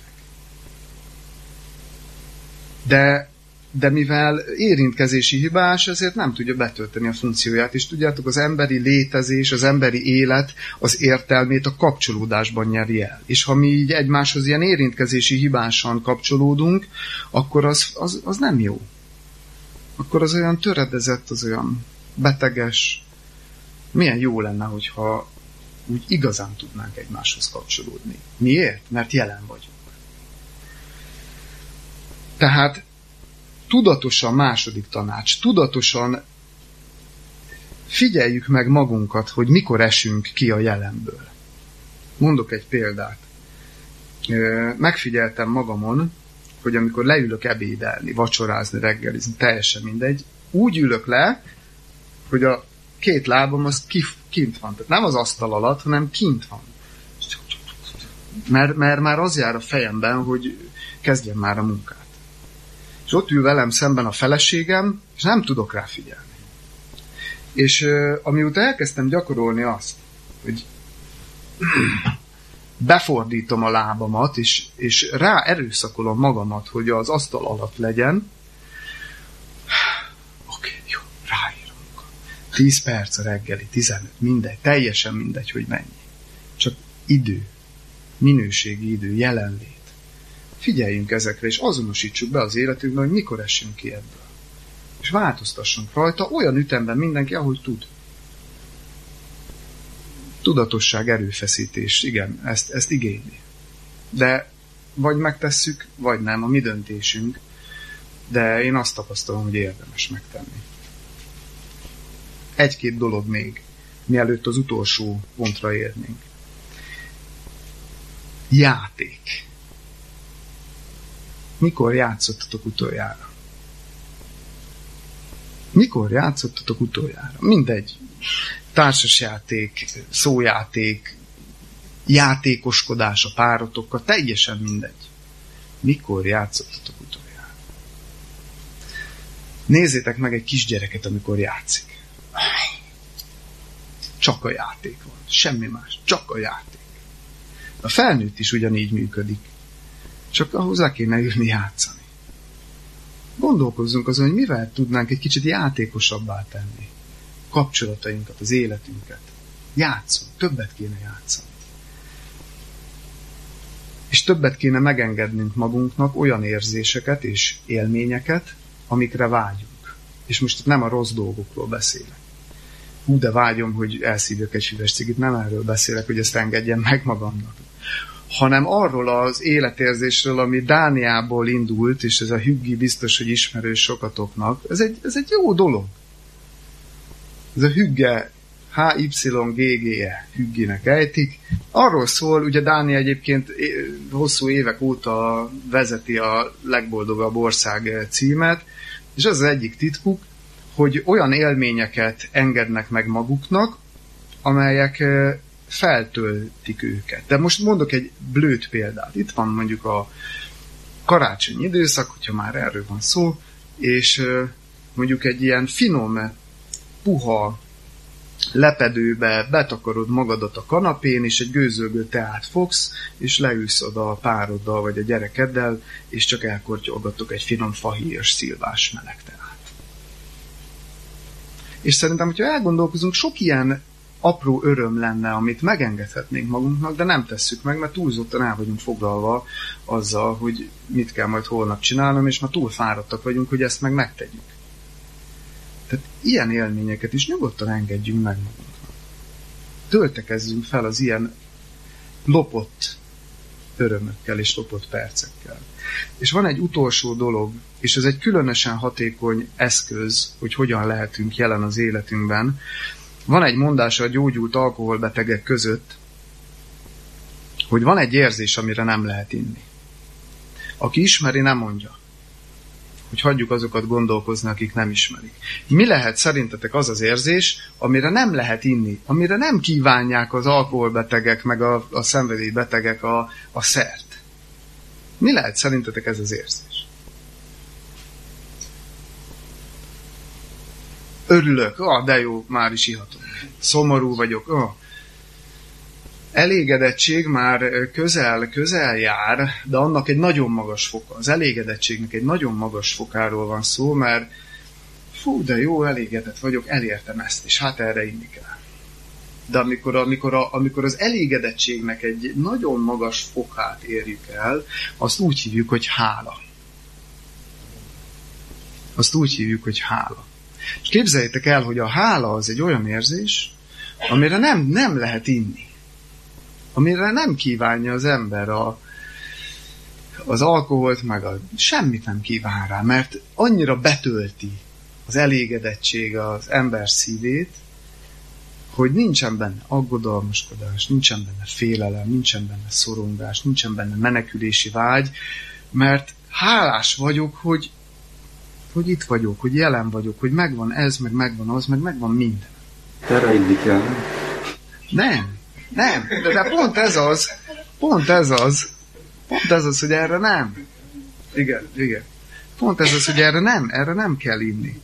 De mivel érintkezési hibás, ezért nem tudja betölteni a funkcióját. És tudjátok, az emberi létezés, az emberi élet az értelmét a kapcsolódásban nyeri el. És ha mi így egymáshoz ilyen érintkezési hibásan kapcsolódunk, akkor az nem jó. Akkor az olyan töredezett, az olyan beteges. Milyen jó lenne, hogyha úgy igazán tudnánk egymáshoz kapcsolódni. Miért? Mert jelen vagyunk. Tehát tudatosan, második tanács, tudatosan figyeljük meg magunkat, hogy mikor esünk ki a jelenből. Mondok egy példát. Megfigyeltem magamon, hogy amikor leülök ebédelni, vacsorázni, reggelizni, teljesen mindegy, úgy ülök le, hogy a 2 lábam az kint van. Tehát nem az asztal alatt, hanem kint van. Mert már az jár a fejemben, hogy kezdjem már a munkát. És ott ül velem szemben a feleségem, és nem tudok rá figyelni. És amióta elkezdtem gyakorolni azt, hogy befordítom a lábamat, és rá erőszakolom magamat, hogy az asztal alatt legyen, oké, jó, ráírom. 10 perc a reggeli, 15, mindegy, teljesen mindegy, hogy mennyi. Csak idő, minőségi idő, jelenlét. Figyeljünk ezekre, és azonosítsuk be az életünkben, hogy mikor essünk ki ebből. És változtassunk rajta olyan ütemben mindenki, ahogy tud. Tudatosság, erőfeszítés, igen, ezt igényli. De vagy megtesszük, vagy nem, a mi döntésünk, de én azt tapasztalom, hogy érdemes megtenni. Egy-két dolog még, mielőtt az utolsó pontra érnénk. Játék. Mikor játszottatok utoljára? Mikor játszottatok utoljára? Mindegy. Társasjáték, szójáték, játékoskodás a párotokkal, teljesen mindegy. Mikor játszottatok utoljára? Nézzétek meg egy kisgyereket, amikor játszik. Csak a játék van. Semmi más. Csak a játék. A felnőtt is ugyanígy működik. Csak hozzá kéne ülni játszani. Gondolkozzunk azon, hogy mivel tudnánk egy kicsit játékosabbá tenni kapcsolatainkat, az életünket. Játszunk, többet kéne játszani. És többet kéne megengednünk magunknak olyan érzéseket és élményeket, amikre vágyunk. És most itt nem a rossz dolgokról beszélek. Hú, de vágyom, hogy elszívjak egy füves cigit, nem erről beszélek, hogy ezt engedjem meg magamnak. Hanem arról az életérzésről, ami Dániából indult, és ez a hüggi biztos, hogy ismerős sokatoknak. Ez egy jó dolog. Ez a hügge, H-Y-G-G-E, hügginek ejtik. Arról szól, ugye Dánia egyébként hosszú évek óta vezeti a legboldogabb ország címet, és az egyik titkuk, hogy olyan élményeket engednek meg maguknak, amelyek feltöltik őket. De most mondok egy blőtt példát. Itt van mondjuk a karácsonyi időszak, hogyha már erről van szó, és mondjuk egy ilyen finom, puha lepedőbe betakarod magadat a kanapén, és egy gőzölgő teát fogsz, és leülsz oda a pároddal, vagy a gyerekeddel, és csak elkortyolgatok egy finom fahéjas szilvás meleg teát. És szerintem, hogyha elgondolkozunk, sok ilyen apró öröm lenne, amit megengedhetnénk magunknak, de nem tesszük meg, mert túlzottan el vagyunk foglalva azzal, hogy mit kell majd holnap csinálnom, és már túl fáradtak vagyunk, hogy ezt meg megtegyük. Tehát ilyen élményeket is nyugodtan engedjünk meg magunknak. Töltekezzünk fel az ilyen lopott örömökkel és lopott percekkel. És van egy utolsó dolog, és ez egy különösen hatékony eszköz, hogy hogyan lehetünk jelen az életünkben. Van egy mondása a gyógyult alkoholbetegek között, hogy van egy érzés, amire nem lehet inni. Aki ismeri, nem mondja. Hogy hagyjuk azokat gondolkozni, akik nem ismerik. Mi lehet szerintetek az az érzés, amire nem lehet inni, amire nem kívánják az alkoholbetegek, meg a szenvedélybetegek a szert? Mi lehet szerintetek ez az érzés? Örülök, de jó, már is ihatom. Szomorú vagyok, Elégedettség már közel jár, de annak egy nagyon magas foka. Az elégedettségnek egy nagyon magas fokáról van szó, mert de jó, elégedett vagyok, elértem ezt, és hát erre inni kell. De amikor az elégedettségnek egy nagyon magas fokát érjük el, azt úgy hívjuk, hogy hála. Azt úgy hívjuk, hogy hála. És képzeljétek el, hogy a hála az egy olyan érzés, amire nem lehet inni. Amire nem kívánja az ember az alkoholt, meg semmit nem kíván rá, mert annyira betölti az elégedettség az ember szívét, hogy nincsen benne aggodalmaskodás, nincsen benne félelem, nincsen benne szorongás, nincsen benne menekülési vágy, mert hálás vagyok, hogy itt vagyok, hogy jelen vagyok, hogy megvan ez, meg megvan az, meg megvan minden. Erre inni kell. Nem, de pont ez az, hogy erre nem. Igen. Pont ez az, hogy erre nem kell inni.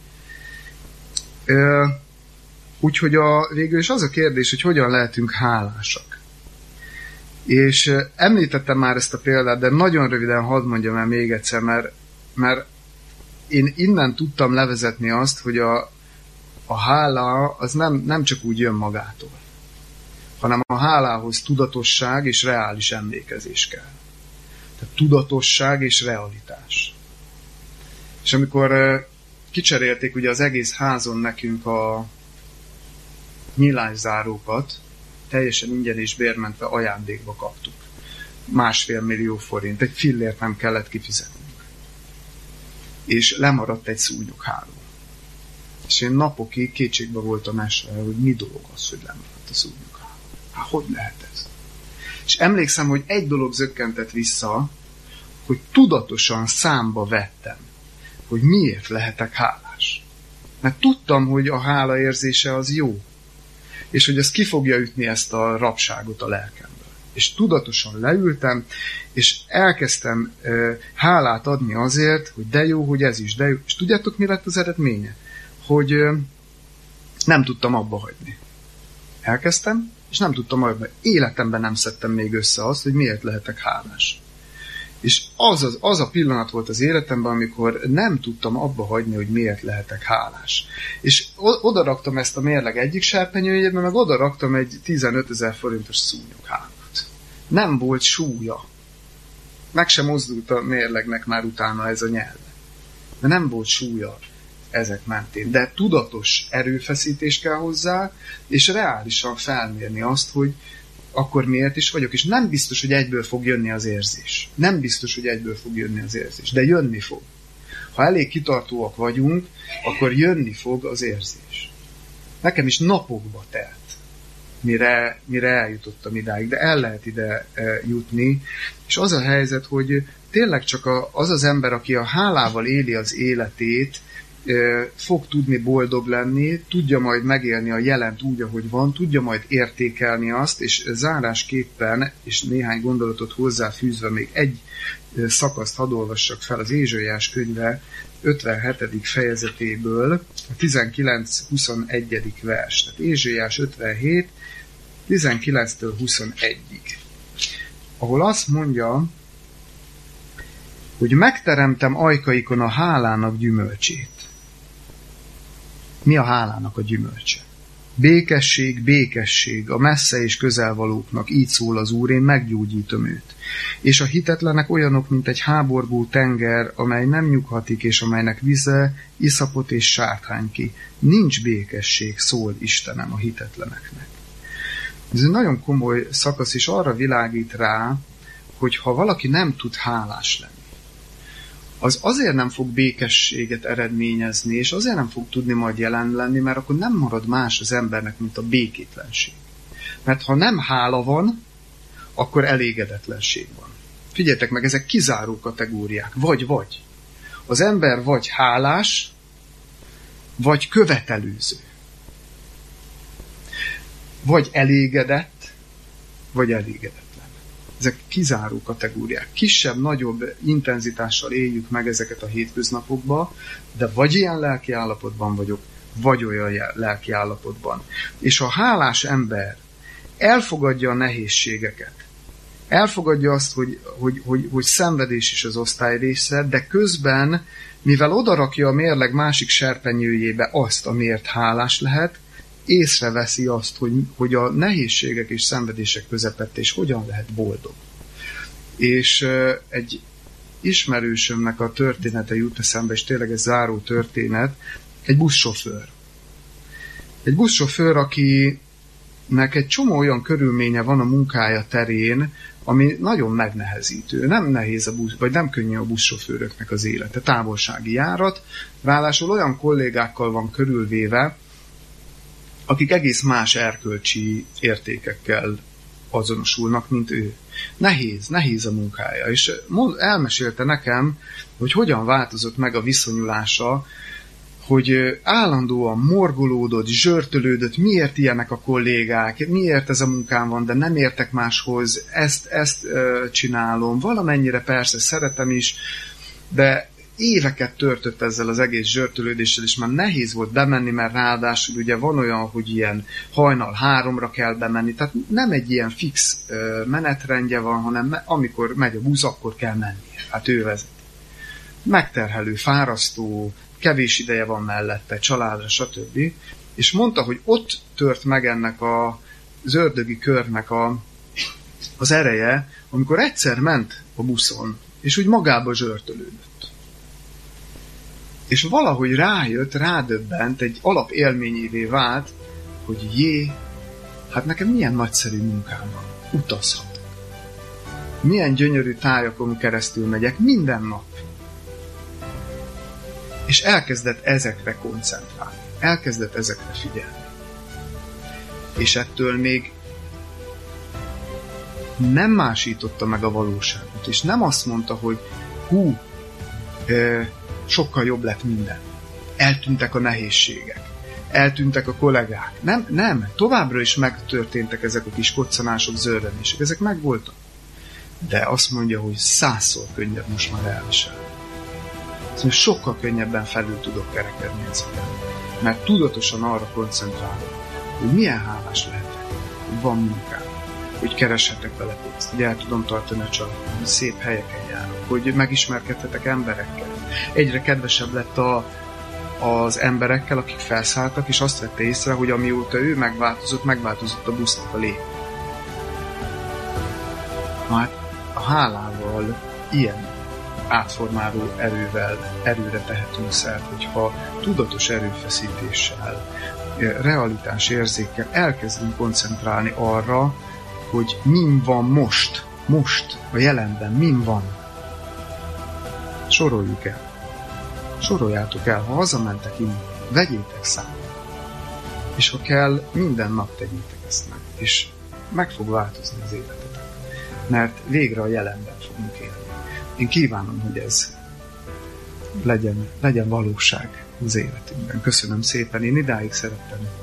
Úgyhogy végül is az a kérdés, hogy hogyan lehetünk hálásak. És említettem már ezt a példát, de nagyon röviden hadd mondjam el még egyszer, mert én innen tudtam levezetni azt, hogy a hála az nem csak úgy jön magától, hanem a hálához tudatosság és reális emlékezés kell. Tehát tudatosság és realitás. És amikor kicserélték ugye az egész házon nekünk a nyilászárókat, teljesen ingyen és bérmentve ajándékba kaptuk. 1,5 millió forint, egy fillért nem kellett kifizetnünk. És lemaradt egy szúnyogháló. És én napokig kétségbe voltam esve, hogy mi dolog az, hogy lemaradt a szúnyogháló. Hát hogy lehet ez? És emlékszem, hogy egy dolog zökkentett vissza, hogy tudatosan számba vettem, hogy miért lehetek hálás. Mert tudtam, hogy a hála érzése az jó. És hogy ez ki fogja ütni ezt a rabságot a lelkemből. És tudatosan leültem, és elkezdtem hálát adni azért, hogy de jó, hogy ez is, de jó. És tudjátok, mi lett az eredménye? Hogy nem tudtam abba hagyni. Elkezdtem, és nem tudtam abba hagyni. Életemben nem szedtem még össze azt, hogy miért lehetek hálás. És az a pillanat volt az életemben, amikor nem tudtam abba hagyni, hogy miért lehetek hálás. És odaraktam ezt a mérleg egyik serpenyőjébe, meg odaraktam egy 15 000 forintos szúnyoghálót. Nem volt súlya. Meg sem mozdult a mérlegnek már utána ez a nyelve. De nem volt súlya ezek mentén. De tudatos erőfeszítés kell hozzá, és reálisan felmérni azt, hogy akkor miért is vagyok, és nem biztos, hogy egyből fog jönni az érzés. Nem biztos, hogy egyből fog jönni az érzés, de jönni fog. Ha elég kitartóak vagyunk, akkor jönni fog az érzés. Nekem is napokba telt, mire eljutottam idáig, de el lehet ide jutni, és az a helyzet, hogy tényleg csak az ember, aki a hálával éli az életét, fog tudni boldog lenni, tudja majd megélni a jelent úgy, ahogy van, tudja majd értékelni azt, és zárásképpen, és néhány gondolatot hozzáfűzve még egy szakaszt hadd olvassak fel az Ézsaiás könyve 57. fejezetéből, a 19-21. vers. Tehát Ézsaiás 57, 19-től 21-ig. Ahol azt mondja, hogy megteremtem ajkaikon a hálának gyümölcsét. Mi a hálának a gyümölcse? Békesség, békesség, a messze és közelvalóknak, így szól az Úr, én meggyógyítom őt. És a hitetlenek olyanok, mint egy háborgó tenger, amely nem nyughatik, és amelynek vize iszapot és sárkány ki. Nincs békesség, szól Istenem a hitetleneknek. Ez egy nagyon komoly szakasz, és arra világít rá, hogy ha valaki nem tud hálás lenni, az azért nem fog békességet eredményezni, és azért nem fog tudni majd jelen lenni, mert akkor nem marad más az embernek, mint a békétlenség. Mert ha nem hála van, akkor elégedetlenség van. Figyeljetek meg, ezek kizáró kategóriák. Vagy. Az ember vagy hálás, vagy követelőző. Vagy elégedett, vagy elégedetlen. Ezek kizáró kategóriák. Kisebb, nagyobb intenzitással éljük meg ezeket a hétköznapokban, de vagy ilyen lelki állapotban vagyok, vagy olyan lelki állapotban. És a hálás ember elfogadja a nehézségeket, elfogadja azt, hogy szenvedés is az osztály része, de közben, mivel odarakja a mérleg másik serpenyőjébe azt, amiért hálás lehet, észreveszi azt, hogy a nehézségek és szenvedések közepette és hogyan lehet boldog. És egy ismerősömnek a története jut eszembe, és tényleg ez záró történet, egy buszsofőr. Egy buszsofőr, akinek egy csomó olyan körülménye van a munkája terén, ami nagyon megnehezítő. Nem nehéz vagy nem könnyű a buszsofőröknek az élete. Távolsági járat, ráadásul olyan kollégákkal van körülvéve, akik egész más erkölcsi értékekkel azonosulnak, mint ő. Nehéz a munkája. És elmesélte nekem, hogy hogyan változott meg a viszonyulása, hogy állandóan morgolódott, zsörtölődött, miért ilyenek a kollégák, miért ez a munkám van, de nem értek máshoz, ezt csinálom, valamennyire persze szeretem is, de éveket törtött ezzel az egész zsörtölődéssel, és már nehéz volt bemenni, mert ráadásul ugye van olyan, hogy ilyen hajnal 3-ra kell bemenni, tehát nem egy ilyen fix menetrendje van, hanem amikor megy a busz, akkor kell mennie. Hát ő vezet. Megterhelő, fárasztó, kevés ideje van mellette, családra, stb. És mondta, hogy ott tört meg ennek az ördögi körnek az ereje, amikor egyszer ment a buszon, és úgy magába zsörtölődött. És valahogy rájött, rádöbbent, egy alapélményévé vált, hogy hát nekem milyen nagyszerű munkám van, utazhatok. Milyen gyönyörű tájakon keresztül megyek minden nap. És elkezdett ezekre koncentrálni, elkezdett ezekre figyelni. És ettől még nem másította meg a valóságot, és nem azt mondta, hogy sokkal jobb lett minden. Eltűntek a nehézségek, eltűntek a kollégák. Nem, továbbra is megtörténtek ezek a kis koccanások, zörrenések, ezek megvoltak. De azt mondja, hogy 100-szor könnyebb most már elviselni. Szóval sokkal könnyebben felül tudok kerekedni ezeken. Mert tudatosan arra koncentrálok, hogy milyen hálás lehetek, hogy van munkám, hogy kereshetek vele pénzt, hogy el tudom tartani a családom, hogy szép helyeken járok, hogy megismerkedhetek emberekkel. Egyre kedvesebb lett az emberekkel, akik felszálltak, és azt vette észre, hogy amióta ő megváltozott a busznak a lét. Hát a hálával ilyen átformáló erőre tehetünk szert, hogyha tudatos erőfeszítéssel, realitás érzékkel elkezdünk koncentrálni arra, hogy min van most, a jelenben, min van. Soroljuk el. Soroljátok el, ha hazamentek innen, vegyétek számba. És ha kell, minden nap tegyétek ezt meg, és meg fog változni az életetek. Mert végre a jelenben fogunk élni. Én kívánom, hogy ez legyen valóság az életünkben. Köszönöm szépen, én idáig szerettem